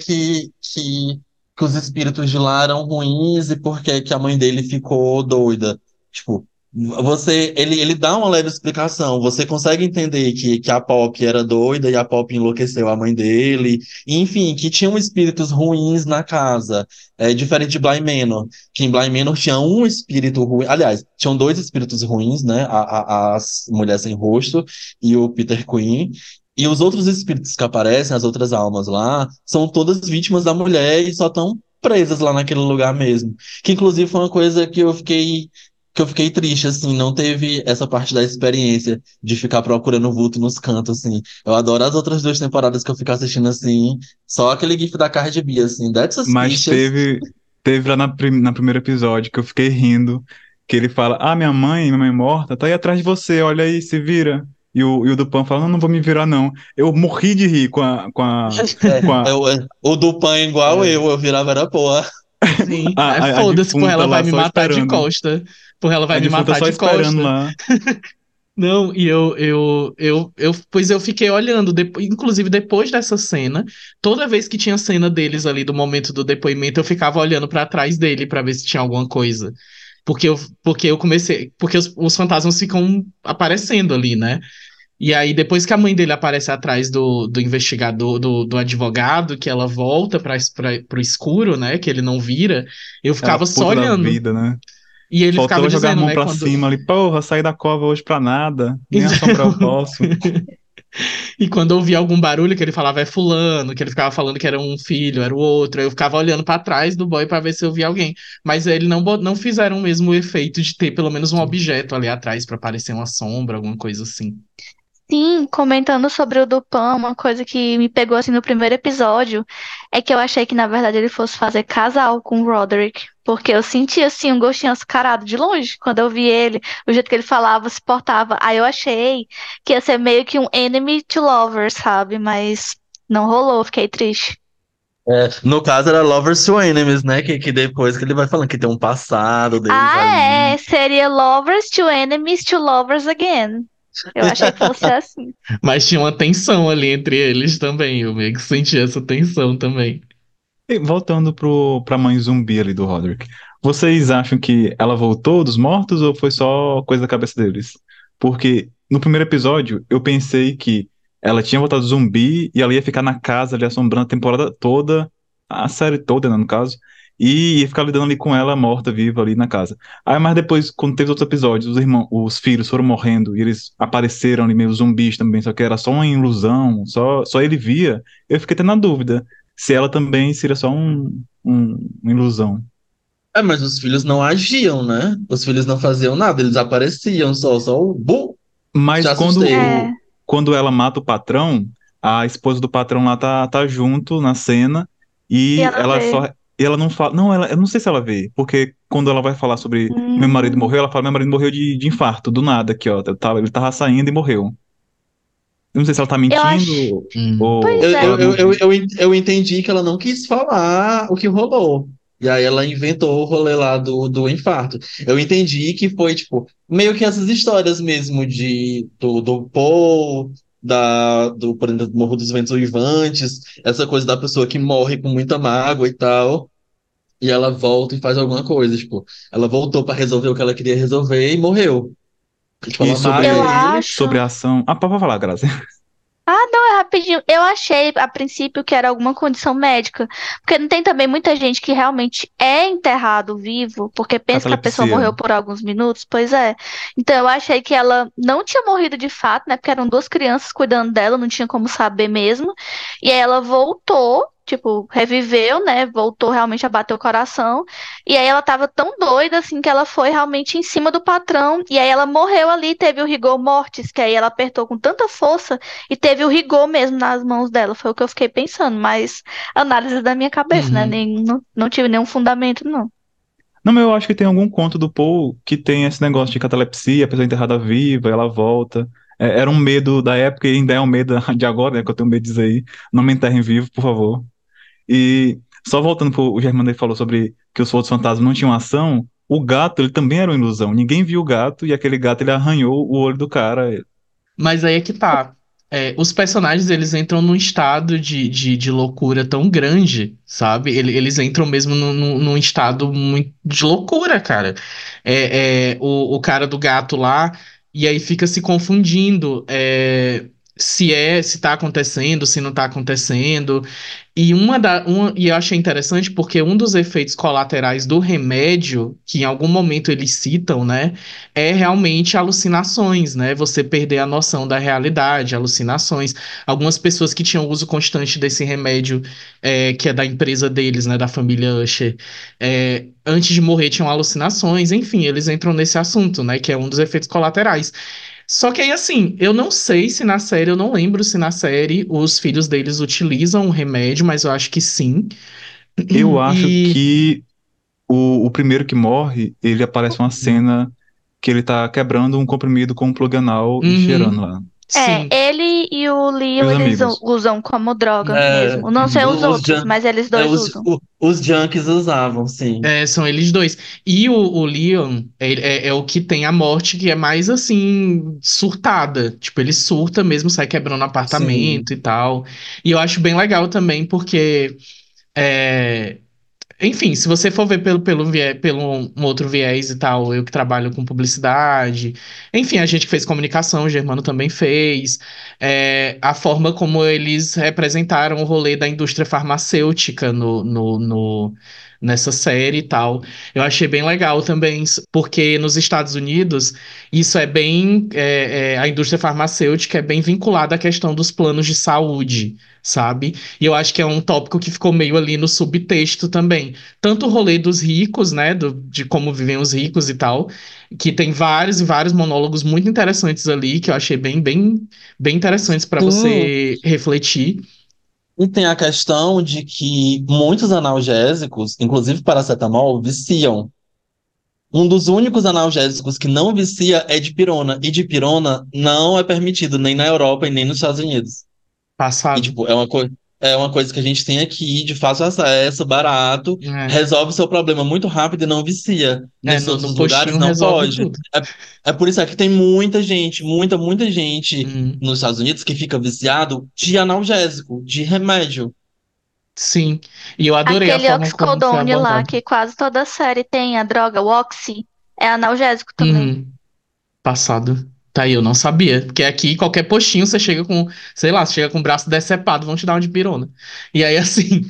que os espíritos de lá eram ruins e por que a mãe dele ficou doida. Tipo, ele dá uma leve explicação. Você consegue entender que a Pop era doida e a Pop enlouqueceu a mãe dele. Enfim, que tinham espíritos ruins na casa. Diferente de Bly Manor, que em Bly Manor tinha um espírito ruim. Aliás, tinham dois espíritos ruins, né? As mulheres sem rosto e o Peter Quinn. E os outros espíritos que aparecem, as outras almas lá, são todas vítimas da mulher e só estão presas lá naquele lugar mesmo. Que inclusive foi uma coisa que eu fiquei triste, assim, não teve essa parte da experiência de ficar procurando vulto nos cantos, assim. Eu adoro as outras duas temporadas que eu fico assistindo, assim, só aquele gif da Cardi B, assim, that's Mas suspicious. teve lá na primeiro episódio que eu fiquei rindo, que ele fala, ah, minha mãe morta, tá aí atrás de você, olha aí, se vira. E o Dupan fala, não, não vou me virar, não. Eu morri de rir com a, O do Pan igual É, eu virava era porra. sim, a foda-se, porra, defunta ela vai lá me só matar de esperando. costa. Porra, ela vai A me defunta matar só de esperando costa. lá. Não, e pois eu fiquei olhando, inclusive depois dessa cena, toda vez que tinha cena deles ali do momento do depoimento, eu ficava olhando pra trás dele pra ver se tinha alguma coisa. Porque eu comecei, porque os fantasmas ficam aparecendo ali, né? E aí depois que a mãe dele aparece atrás do investigador, do advogado, que ela volta pro escuro, né? Que ele não vira, eu Ela ficava só puta da olhando. vida, né? E ele Faltou ficava ela jogar a dizendo, mão né? pra Quando. cima ali, porra, saí da cova hoje pra nada, nem assombrar eu posso. E quando eu via algum barulho que ele falava é fulano, que ele ficava falando que era um filho, era o outro, eu ficava olhando pra trás do boy pra ver se eu via alguém. Mas ele não fizeram mesmo o efeito de ter pelo menos um objeto ali atrás pra parecer uma sombra, alguma coisa assim. Sim, comentando sobre o Dupin, uma coisa que me pegou assim no primeiro episódio é que eu achei que na verdade ele fosse fazer casal com o Roderick, porque eu senti assim um gostinho açucarado de longe quando eu vi ele, o jeito que ele falava, se portava. Aí eu achei que ia ser meio que um enemy to lover, sabe? Mas não rolou, fiquei triste. No caso era Lovers to Enemies, né? Que depois que ele vai falando que tem um passado deles Ah, ali. é, seria lovers to enemies to lovers again. Eu achei que fosse assim. Mas tinha uma tensão ali entre eles também. Eu meio que senti essa tensão também. E voltando pra mãe zumbi ali do Roderick, vocês acham que ela voltou dos mortos ou foi só coisa da cabeça deles? Porque no primeiro episódio eu pensei que ela tinha voltado zumbi e ela ia ficar na casa ali assombrando a temporada toda, a série toda, né, no caso, e ia ficar lidando ali com ela morta, viva ali na casa. Aí, mas depois, quando teve outros episódios, os irmãos, os filhos foram morrendo e eles apareceram ali meio zumbis também, só que era só uma ilusão, só ele via, eu fiquei tendo na dúvida se ela também seria só uma ilusão. Mas os filhos não agiam, né? Os filhos não faziam nada, eles apareciam só o bum, te Mas assustei. É, quando ela mata o patrão, a esposa do patrão lá tá junto na cena e e ela ela vê. só. Ela não fala. Não, eu não sei se ela vê, porque quando ela vai falar sobre meu marido Hum, morreu, ela fala: meu marido morreu de infarto, do nada aqui, ó. Ele tava saindo e morreu. Eu não sei se ela tá eu acho. mentindo Hum. Pois Eu, é. eu, ou ela não eu, eu, viu. eu, en- eu entendi que ela não quis falar o que rolou. E aí ela inventou o rolê lá do infarto. Eu entendi que foi, tipo, meio que essas histórias mesmo do Paul, por exemplo, do Morro dos Ventos Uivantes, essa coisa da pessoa que morre com muita mágoa e tal, e ela volta e faz alguma coisa, tipo, ela voltou pra resolver o que ela queria resolver e morreu. E, tipo, E ela mata Eu ele. sobre acho. a ação. Ah, pode falar, Grazi. Ah, não, é rapidinho. Eu achei a princípio que era alguma condição médica. Porque não tem também muita gente que realmente é enterrado vivo, porque pensa que a pessoa Catalepsia. morreu por alguns minutos. Pois é. Então eu achei que ela não tinha morrido de fato, né? Porque eram duas crianças cuidando dela, não tinha como saber mesmo. E aí ela voltou. Tipo, reviveu, né? Voltou realmente a bater o coração. E aí ela tava tão doida assim que ela foi realmente em cima do patrão. E aí ela morreu ali, teve o rigor mortis, que aí ela apertou com tanta força e teve o rigor mesmo nas mãos dela. Foi o que eu fiquei pensando, mas análise da minha cabeça, né? Uhum. Nem, não tive nenhum fundamento, não. Não, mas eu acho que tem algum conto do Poe que tem esse negócio de catalepsia, a pessoa enterrada viva, ela volta. Era um medo da época e ainda é um medo de agora, né? Que eu tenho medo disso aí. Não me enterrem vivo, por favor. E só voltando pro o Germano ele falou sobre que os outros fantasmas não tinham ação. O gato, ele também era uma ilusão. Ninguém viu o gato e aquele gato ele arranhou o olho do cara. Mas aí é que tá. Os personagens, eles entram num estado de loucura tão grande, sabe? Eles entram mesmo num estado muito de loucura, cara. O cara do gato lá, e aí fica se confundindo, se tá acontecendo, se não tá acontecendo. E eu achei interessante porque um dos efeitos colaterais do remédio, que em algum momento eles citam, né, é realmente alucinações, né? Você perder a noção da realidade, alucinações. Algumas pessoas que tinham uso constante desse remédio, que é da empresa deles, né, da família Usher, antes de morrer tinham alucinações. Enfim, eles entram nesse assunto, né, que é um dos efeitos colaterais. Só que aí, assim, eu não sei se na série, eu não lembro se na série os filhos deles utilizam o remédio, mas eu acho que sim. Eu acho E. que o primeiro que morre, ele aparece uma cena que ele tá quebrando um comprimido com um plug anal e cheirando Uhum, lá. É, sim. ele e o E Leo, os eles amigos. usam como droga É, mesmo. Não sei os os, outros, jun- mas eles é, dois os, usam. o- os junkies usavam, sim. São eles dois. E o Leon é o que tem a morte que é mais assim, surtada. Tipo, ele surta mesmo, sai quebrando Sim. apartamento e tal. E eu acho bem legal também, porque. é, Enfim, se você for ver pelo um outro viés e tal, eu que trabalho com publicidade, enfim, a gente que fez comunicação, o Germano também fez, a forma como eles representaram o rolê da indústria farmacêutica nessa série e tal. Eu achei bem legal também, porque nos Estados Unidos isso é bem. A indústria farmacêutica é bem vinculada à questão dos planos de saúde, sabe? E eu acho que é um tópico que ficou meio ali no subtexto também. Tanto o rolê dos ricos, né? De como vivem os ricos e tal, que tem vários e vários monólogos muito interessantes ali, que eu achei bem interessantes para Sim, você refletir. e tem a questão de que muitos analgésicos, inclusive paracetamol, viciam. Um dos únicos analgésicos que não vicia é dipirona. E dipirona não é permitido nem na Europa e nem nos Estados Unidos. E, Passado. tipo, é uma coisa que a gente tem aqui de fácil acesso, barato, É, resolve o seu problema muito rápido e não vicia. Nesses no outros lugares postinho não resolve pode. tudo. É por isso é que tem muita gente, muita gente Hum. nos Estados Unidos que fica viciado de analgésico, de remédio. Sim, e eu adorei a Aquele forma como foi oxicodone lá, abordado. que quase toda série tem a droga, o Oxy, é analgésico também. Uhum, passado. Tá aí, eu não sabia. Porque aqui, qualquer postinho, você chega com, sei lá, você chega com o braço decepado, vão te dar uma de pirona. E aí, assim,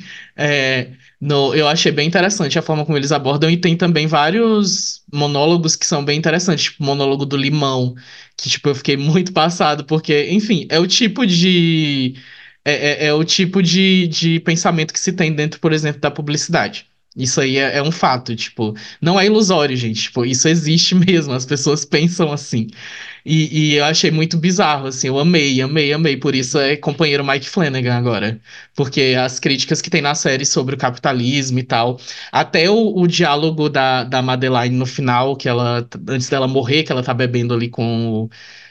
eu achei bem interessante a forma como eles abordam, e tem também vários monólogos que são bem interessantes, tipo o monólogo do limão, que, tipo, eu fiquei muito passado, porque, enfim, é o tipo de. É o tipo de pensamento que se tem dentro, por exemplo, da publicidade. Isso aí é um fato, tipo, não é ilusório, gente. Tipo, isso existe mesmo, as pessoas pensam assim. E eu achei muito bizarro, assim, eu amei. Por isso é companheiro Mike Flanagan agora. Porque as críticas que tem na série sobre o capitalismo e tal. Até o diálogo da Madeline no final, que ela, antes dela morrer, que ela tá bebendo ali com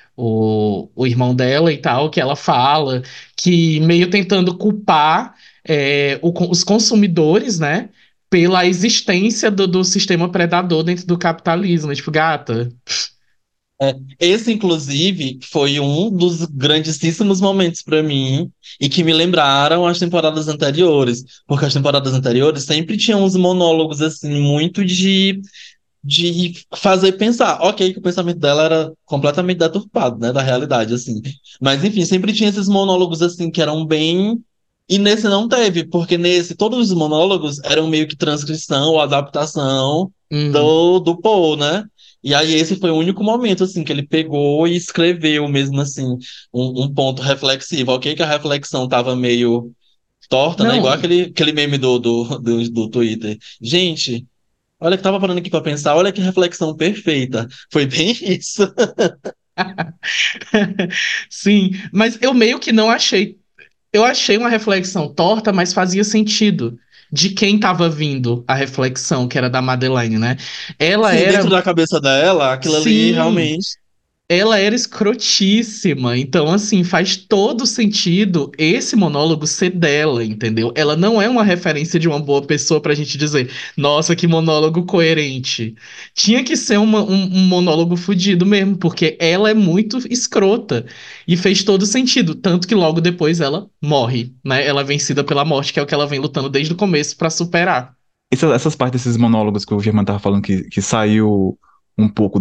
o irmão dela e tal, que ela fala, que meio tentando culpar os consumidores, né? Pela existência do sistema predador dentro do capitalismo. Tipo, gata. É, esse, inclusive, foi um dos grandíssimos momentos pra mim e que me lembraram as temporadas anteriores, porque as temporadas anteriores sempre tinham uns monólogos assim muito de fazer pensar. Ok, que o pensamento dela era completamente deturpado, né, da realidade, assim. Mas, enfim, sempre tinha esses monólogos, assim, que eram bem. E nesse não teve, porque nesse, todos os monólogos eram meio que transcrição ou adaptação Uhum. do Poe, né? E aí esse foi o único momento, assim, que ele pegou e escreveu mesmo, assim, um ponto reflexivo. Ok, que a reflexão tava meio torta, né? Igual Não. aquele meme do Twitter. Gente. Olha que tava parando aqui pra pensar, olha que reflexão perfeita. Foi bem isso. Sim, mas eu meio que não achei. Eu achei uma reflexão torta, mas fazia sentido de quem estava vindo a reflexão, que era da Madeline, né? Ela Sim, era. dentro da cabeça dela, aquilo ali Sim, realmente. ela era escrotíssima. Então, assim, faz todo sentido esse monólogo ser dela, entendeu? Ela não é uma referência de uma boa pessoa pra gente dizer, nossa, que monólogo coerente. Tinha que ser um monólogo fudido mesmo, porque ela é muito escrota. E fez todo sentido. Tanto que logo depois ela morre, né? Ela é vencida pela morte, que é o que ela vem lutando desde o começo pra superar. Essas partes desses monólogos que o Germano tava falando que saiu um pouco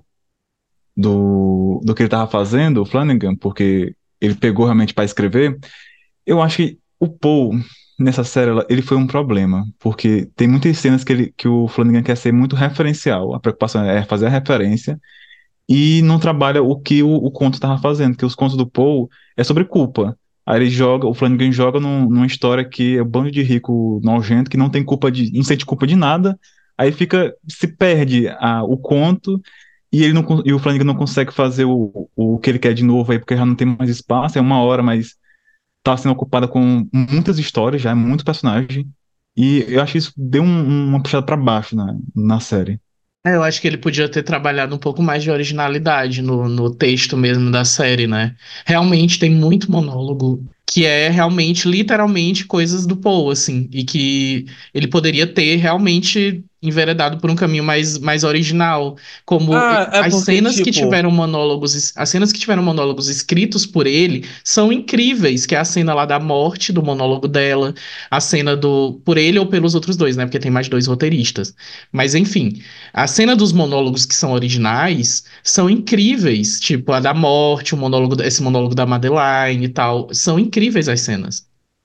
do que ele tava fazendo, o Flanagan, porque ele pegou realmente para escrever. Eu acho que o Paul, nessa série, ele foi um problema, porque tem muitas cenas que o Flanagan quer ser muito referencial. A preocupação é fazer a referência e não trabalha o que o conto estava fazendo, que os contos do Paul é sobre culpa. Aí ele joga, o Flanagan joga numa história que é um bando de rico nojento, que não tem culpa não sente culpa de nada, aí se perde o conto e e o Flanagan não consegue fazer o que ele quer de novo aí, porque já não tem mais espaço, é uma hora, mas tá sendo ocupada com muitas histórias já, é muito personagem. E eu acho que isso deu uma puxada pra baixo na série. Eu acho que ele podia ter trabalhado um pouco mais de originalidade no texto mesmo da série, né? Realmente tem muito monólogo que é realmente, literalmente, coisas do Poe, assim, e que ele poderia ter realmente enveredado por um caminho mais original, como É as porque, cenas que tipo, tiveram monólogos, as cenas que tiveram monólogos escritos por ele são incríveis, que é a cena lá da morte do monólogo dela, a cena do por ele ou pelos outros dois, né? Porque tem mais dois roteiristas. Mas enfim, a cena dos monólogos que são originais são incríveis, tipo a da morte, esse monólogo da Madeline e tal. São incríveis as cenas.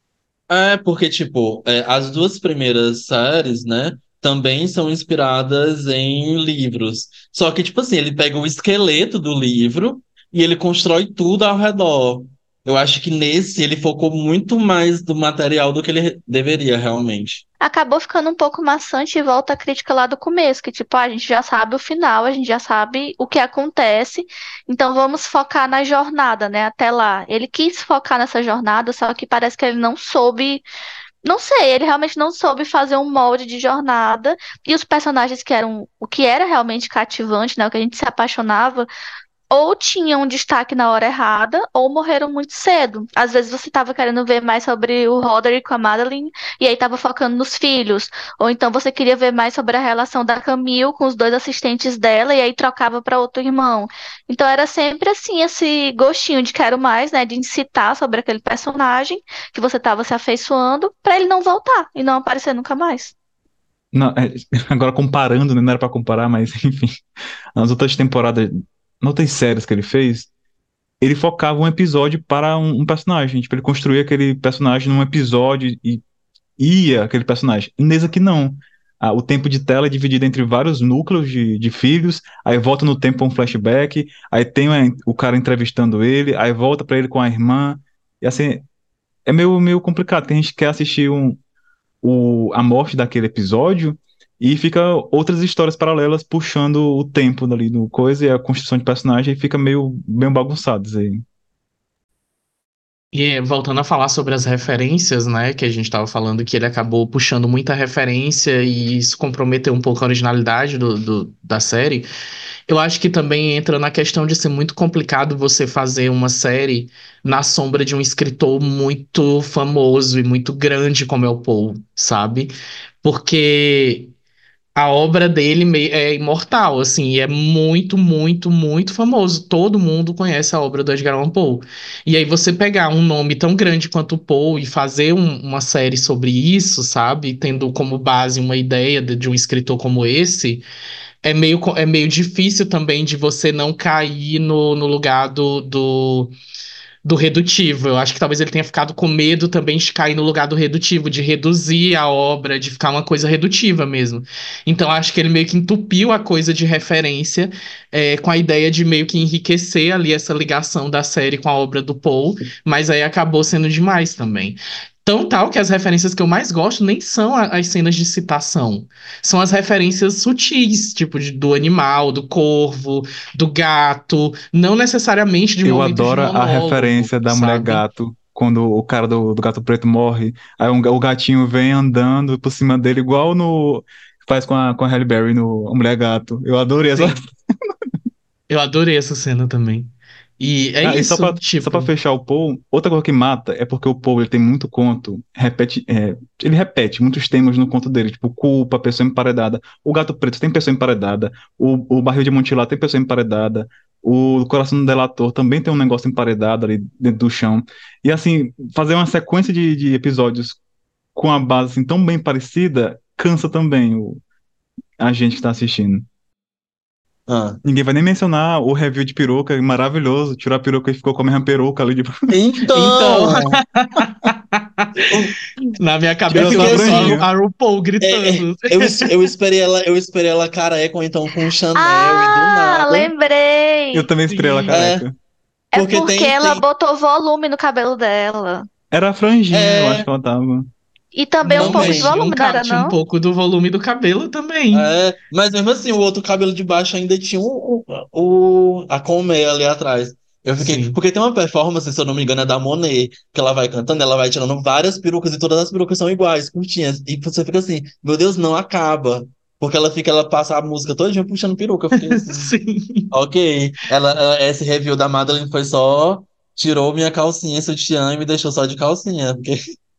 É, porque, tipo, as duas primeiras séries, né, também são inspiradas em livros. Só que, tipo assim, ele pega o esqueleto do livro e ele constrói tudo ao redor. Eu acho que nesse ele focou muito mais do material do que ele deveria, realmente. Acabou ficando um pouco maçante e volta a crítica lá do começo, que tipo, a gente já sabe o final, a gente já sabe o que acontece, então vamos focar na jornada, né, até lá. Ele quis focar nessa jornada, só que parece que ele não soube, não sei, ele realmente não soube fazer um molde de jornada, e os personagens que eram, o que era realmente cativante, né, o que a gente se apaixonava, ou tinham um destaque na hora errada, ou morreram muito cedo. Às vezes você estava querendo ver mais sobre o Roderick com a Madeline, e aí estava focando nos filhos. Ou então você queria ver mais sobre a relação da Camille com os dois assistentes dela, e aí trocava para outro irmão. Então era sempre assim, esse gostinho de quero mais, né? De incitar sobre aquele personagem que você estava se afeiçoando, para ele não voltar e não aparecer nunca mais. Não, agora comparando, né? Não era pra comparar, mas enfim. Nas outras temporadas, nas outras séries que ele fez, ele focava um episódio para um personagem. Tipo, ele construía aquele personagem num episódio e ia aquele personagem. E nesse aqui não. O tempo de tela é dividido entre vários núcleos de filhos, aí volta no tempo um flashback, aí tem o cara entrevistando ele, aí volta pra ele com a irmã. E assim, é meio complicado, que a gente quer assistir a morte daquele episódio e fica outras histórias paralelas puxando o tempo dali no coisa e a construção de personagem fica meio bagunçado isso aí. E voltando a falar sobre as referências, né, que a gente estava falando que ele acabou puxando muita referência e isso comprometeu um pouco a originalidade da série. Eu acho que também entra na questão de ser muito complicado você fazer uma série na sombra de um escritor muito famoso e muito grande como é o Poe, sabe? Porque a obra dele é imortal, assim, e é muito, muito, muito famoso. Todo mundo conhece a obra do Edgar Allan Poe. E aí você pegar um nome tão grande quanto o Poe e fazer uma série sobre isso, sabe? Tendo como base uma ideia de um escritor como esse, é meio difícil também de você não cair no lugar do redutivo. Eu acho que talvez ele tenha ficado com medo também de cair no lugar do redutivo, de reduzir a obra, de ficar uma coisa redutiva mesmo. Então acho que ele meio que entupiu a coisa de referência, com a ideia de meio que enriquecer ali essa ligação da série com a obra do Poe, mas aí acabou sendo demais também. Tão tal que as referências que eu mais gosto nem são as cenas de citação. São as referências sutis, tipo do animal, do corvo, do gato, não necessariamente de Eu momentos de adoro a monólogo, referência da mulher sabe? gato, quando o cara do gato preto morre, aí o gatinho vem andando por cima dele, igual no faz com a Halle Berry no A Mulher Gato. Eu adorei essa. Sim, eu adorei essa cena também. E é Ah, e isso, só pra tipo, fechar o Poe, outra coisa que mata é porque o Poe ele tem muito conto, ele repete muitos temas no conto dele, tipo culpa, pessoa emparedada. O Gato Preto tem pessoa emparedada, o Barril de Amontilado tem pessoa emparedada, o Coração do Delator também tem um negócio emparedado ali dentro do chão. E assim, fazer uma sequência de episódios com a base assim, tão bem parecida cansa também a gente que tá assistindo. Ah. Ninguém vai nem mencionar o review de peruca, maravilhoso. Tirou a peruca e ficou com a mesma peruca ali. então, Então, na minha eu cabeça Tirou só a ficou fiquei só assim, franjinha. a RuPaul é, é, gritando. eu esperei ela careca, ou então com Chanel, e do Ah, nada. Eu lembrei! também esperei ela Sim. É, careca. É porque porque tem, ela tem, botou volume no cabelo dela. Era a franjinha, eu acho é, que ela tava. E também um Não, pouco mas de também. tinha volume, não era tinha um não? pouco do volume do cabelo também. Mas mesmo assim, o outro cabelo de baixo ainda tinha a colmeia ali atrás. Eu fiquei. Sim. Porque tem uma performance, se eu não me engano, é da Monet, que ela vai cantando, ela vai tirando várias perucas e todas as perucas são iguais, curtinhas. E você fica assim, meu Deus, não acaba. Porque ela passa a música todinha puxando peruca. Eu fiquei assim, Sim. ok. Esse review da Madeline foi só. Tirou minha calcinha, sutiã e me deixou só de calcinha. Porque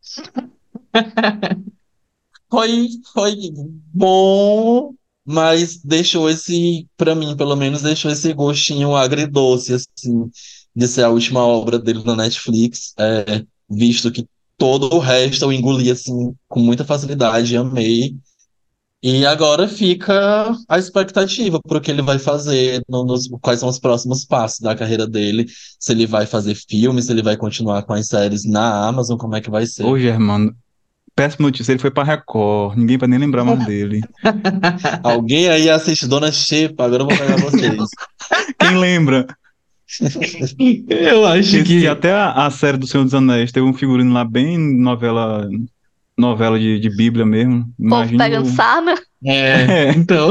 foi bom, mas deixou pra mim, pelo menos, deixou esse gostinho agridoce, assim, de ser a última obra dele na Netflix, visto que todo o resto eu engoli, assim, com muita facilidade, amei. E agora fica a expectativa para o que ele vai fazer, quais são os próximos passos da carreira dele, se ele vai fazer filme, se ele vai continuar com as séries na Amazon, como é que vai ser. Ô, Germano, péssima notícia, ele foi pra Record, ninguém vai nem lembrar mais dele. Alguém aí assiste Dona Xepa, agora eu vou pegar vocês. Quem lembra Eu acho que que até a série do Senhor dos Anéis teve um figurino lá bem novela de Bíblia mesmo. O povo Imagine pegando o. sarna. É, então.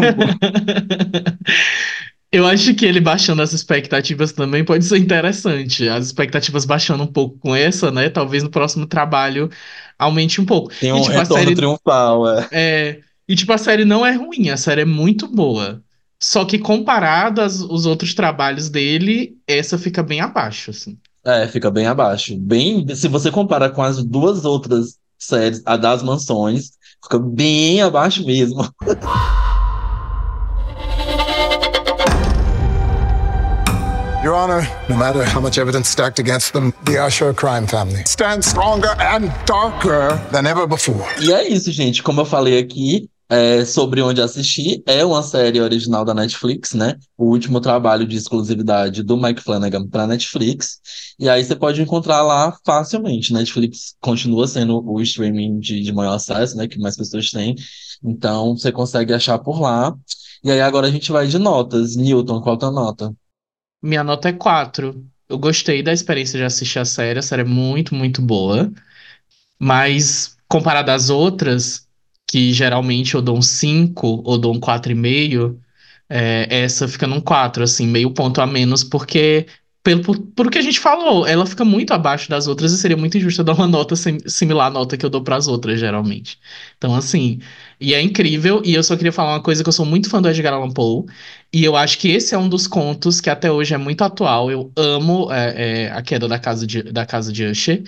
Eu acho que ele baixando as expectativas também pode ser interessante. As expectativas baixando um pouco com essa, né? Talvez no próximo trabalho aumente um pouco. Tem E um tipo, a retorno série triunfal, é. a série não é ruim, a série é muito boa. Só que comparado aos outros trabalhos dele, essa fica bem abaixo, assim. É, fica bem abaixo. Bem, se você compara com as duas outras séries, a das Mansões, fica bem abaixo mesmo. Your Honor, no matter how much evidence stacked against them, the Usher crime family stands stronger and darker than ever before. E é isso, gente. Como eu falei aqui, sobre onde assistir, é uma série original da Netflix, né? O último trabalho de exclusividade do Mike Flanagan para Netflix. E aí você pode encontrar lá facilmente. Netflix continua sendo o streaming de maior acesso, né? Que mais pessoas têm. Então você consegue achar por lá. E aí agora a gente vai de notas. Newton, qual a tua nota? Minha nota é 4. Eu gostei da experiência de assistir a série é muito, muito boa. Mas comparado às outras, que geralmente eu dou um 5 ou dou um 4,5, essa fica num 4 assim, meio ponto a menos, porque, por o que a gente falou, ela fica muito abaixo das outras e seria muito injusto eu dar uma nota similar à nota que eu dou para as outras, geralmente. Então, assim, e é incrível, e eu só queria falar uma coisa que eu sou muito fã do Edgar Allan Poe, e eu acho que esse é um dos contos que até hoje é muito atual. Eu amo A Queda da Casa de Usher,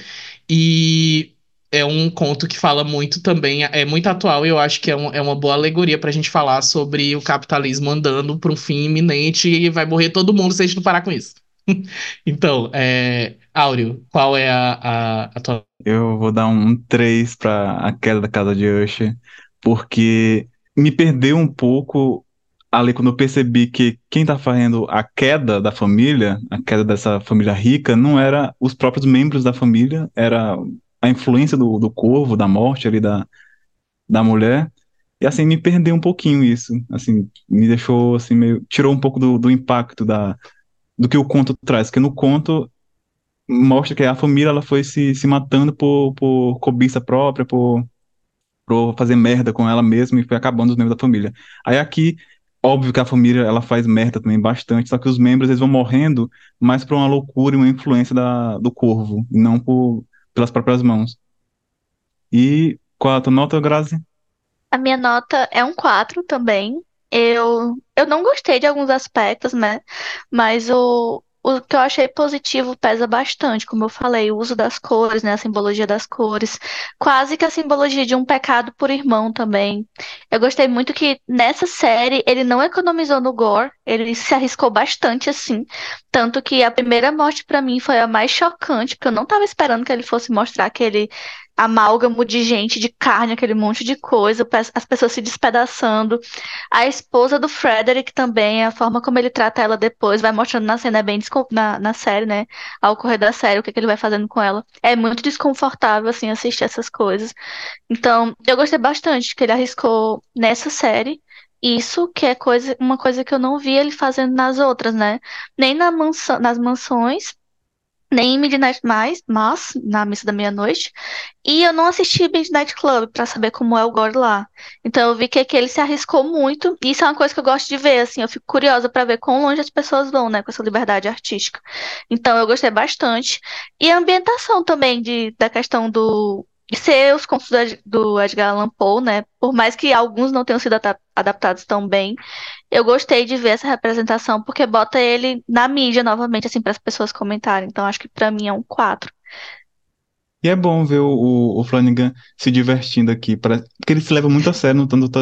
e é um conto que fala muito também, é muito atual e eu acho que é uma boa alegoria pra gente falar sobre o capitalismo andando para um fim iminente e vai morrer todo mundo se a gente não parar com isso. Então, Áureo, qual é a tua. eu vou dar um 3 pra A Queda da Casa de Usher, porque me perdeu um pouco ali quando eu percebi que quem tá fazendo a queda da família, a queda dessa família rica, não era os próprios membros da família, era a influência do corvo, da morte ali da mulher. E assim, me perdeu um pouquinho isso. Assim, me deixou assim meio. Tirou um pouco do impacto do que o conto traz. Porque no conto mostra que a família ela foi se matando por cobiça própria, por fazer merda com ela mesma e foi acabando os membros da família. Aí aqui, óbvio que a família ela faz merda também bastante, só que os membros eles vão morrendo mais por uma loucura e uma influência do corvo, e não pelas próprias mãos. E qual a tua nota, Grazi? A minha nota é um 4 também. Eu não gostei de alguns aspectos, né? Mas o que eu achei positivo pesa bastante, como eu falei, o uso das cores, né? A simbologia das cores. Quase que a simbologia de um pecado por irmão também. Eu gostei muito que nessa série ele não economizou no gore, ele se arriscou bastante assim. Tanto que a primeira morte pra mim foi a mais chocante, porque eu não tava esperando que ele fosse mostrar aquele amálgamo de gente, de carne, aquele monte de coisa, as pessoas se despedaçando. A esposa do Frederick também, a forma como ele trata ela depois, vai mostrando na cena, é bem na série, né? Ao correr da série, o que ele vai fazendo com ela. É muito desconfortável, assim, assistir essas coisas. Então, eu gostei bastante que ele arriscou nessa série. Isso que é uma coisa que eu não vi ele fazendo nas outras, né? Nem nas mansões, nem em Midnight Mass, na Missa da Meia-Noite. E eu não assisti Midnight Club pra saber como é o gore lá. Então eu vi que aqui ele se arriscou muito. E isso é uma coisa que eu gosto de ver, assim. Eu fico curiosa pra ver quão longe as pessoas vão, né, com essa liberdade artística. Então eu gostei bastante. E a ambientação também da questão de ser os contos do Edgar Allan Poe, né? Por mais que alguns não tenham sido adaptados tão bem, eu gostei de ver essa representação porque bota ele na mídia novamente, assim, para as pessoas comentarem. Então acho que pra mim é um 4. E é bom ver o Flanagan se divertindo aqui, porque ele se leva muito a sério no tanto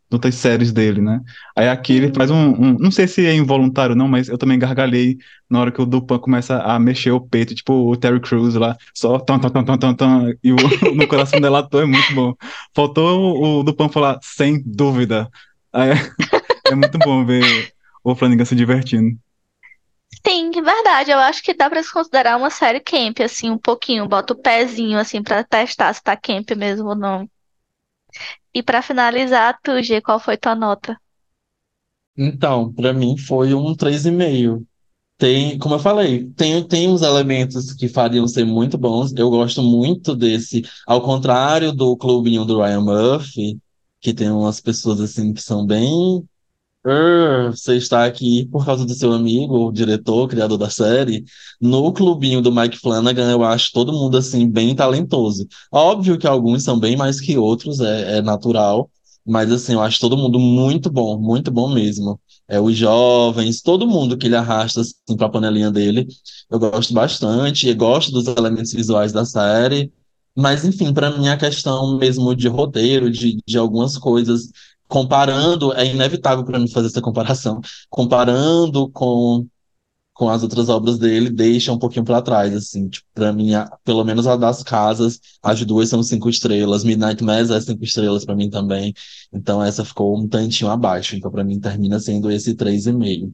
outras séries dele, né? Aí aqui ele faz não sei se é involuntário ou não, mas eu também gargalhei na hora que o Dupin começa a mexer o peito, tipo o Terry Crews lá, só tam, tam, tam, tam, tam, tam, e o No Coração Delator é muito bom. Faltou o Dupin falar, sem dúvida. Aí é muito bom ver o Flanagan se divertindo. Sim, é verdade. Eu acho que dá pra se considerar uma série camp, assim, um pouquinho. Bota o pezinho, assim, pra testar se tá camp mesmo ou não. E pra finalizar, tu, G, qual foi tua nota? Então, pra mim foi um 3,5. Tem, como eu falei, tem uns elementos que fariam ser muito bons. Eu gosto muito desse, ao contrário do clubinho do Ryan Murphy, que tem umas pessoas assim que são bem. Você está aqui por causa do seu amigo, o diretor, o criador da série. No clubinho do Mike Flanagan, eu acho todo mundo assim bem talentoso. Óbvio que alguns são bem mais que outros, é natural, mas assim, eu acho todo mundo muito bom mesmo. Os jovens, todo mundo que ele arrasta assim para a panelinha dele, eu gosto bastante, e gosto dos elementos visuais da série. Mas enfim, para mim a questão mesmo de roteiro, de algumas coisas comparando, é inevitável para mim fazer essa comparação. Comparando com as outras obras dele, deixa um pouquinho para trás, assim. Tipo, para mim, pelo menos a das casas, as duas são 5 estrelas. Midnight Mass é 5 estrelas para mim também. Então essa ficou um tantinho abaixo. Então para mim termina sendo esse 3,5.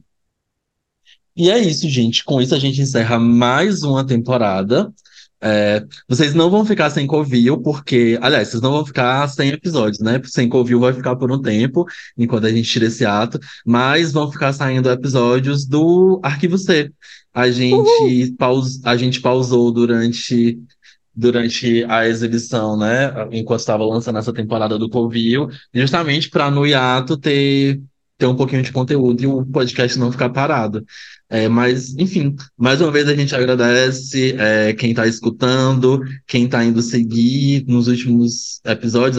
E é isso, gente. Com isso a gente encerra mais uma temporada. Vocês não vão ficar sem Covil, porque, aliás, vocês não vão ficar sem episódios, né? Sem Covil vai ficar por um tempo, enquanto a gente tira esse ato, mas vão ficar saindo episódios do Arquivo C. Uhul! A gente pausou durante a exibição, né? Enquanto estava lançando essa temporada do Covil, justamente para no hiato ter um pouquinho de conteúdo e o podcast não ficar parado. Mas, enfim, mais uma vez a gente agradece quem está escutando, quem está indo seguir. Nos últimos episódios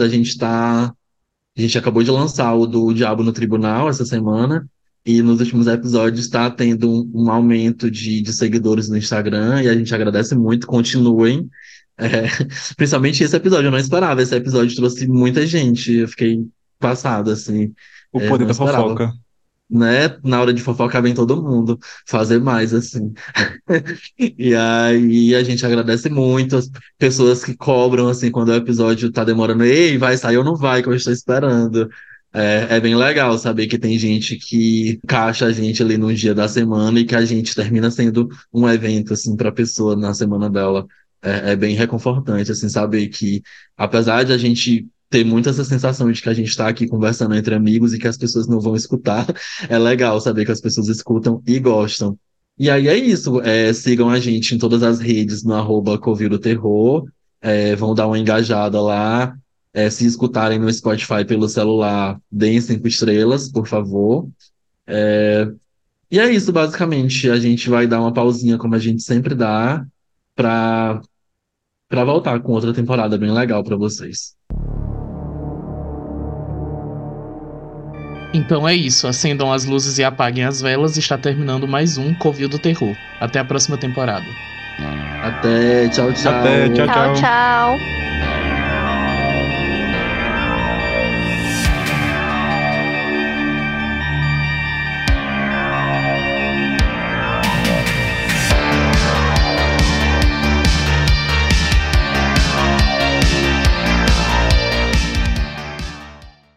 a gente acabou de lançar o do Diabo no Tribunal essa semana. E nos últimos episódios está tendo um aumento de seguidores no Instagram e a gente agradece muito. Continuem. É, principalmente esse episódio, eu não esperava. Esse episódio trouxe muita gente. Eu fiquei passado, assim. O Eu poder não da esperava. fofoca. Né? Na hora de fofocar vem todo mundo fazer mais, assim. E aí a gente agradece muito as pessoas que cobram, assim, quando o episódio tá demorando. Ei, vai sair ou não vai, que eu estou esperando. É bem legal saber que tem gente que encaixa a gente ali no dia da semana e que a gente termina sendo um evento, assim, pra pessoa na semana dela. É bem reconfortante, assim, saber que, apesar de a gente ter muito essa sensação de que a gente está aqui conversando entre amigos e que as pessoas não vão escutar, é legal saber que as pessoas escutam e gostam. E aí é isso. Sigam a gente em todas as redes no @Covil do Terror. Vão dar uma engajada lá. Se escutarem no Spotify pelo celular, deem 5 estrelas, por favor. E é isso, basicamente. A gente vai dar uma pausinha, como a gente sempre dá, para para voltar com outra temporada bem legal para vocês. Então é isso. Acendam as luzes e apaguem as velas. Está terminando mais um Covil do Terror. Até a próxima temporada. Até, tchau, Até, tchau, tchau. Tchau, tchau. tchau.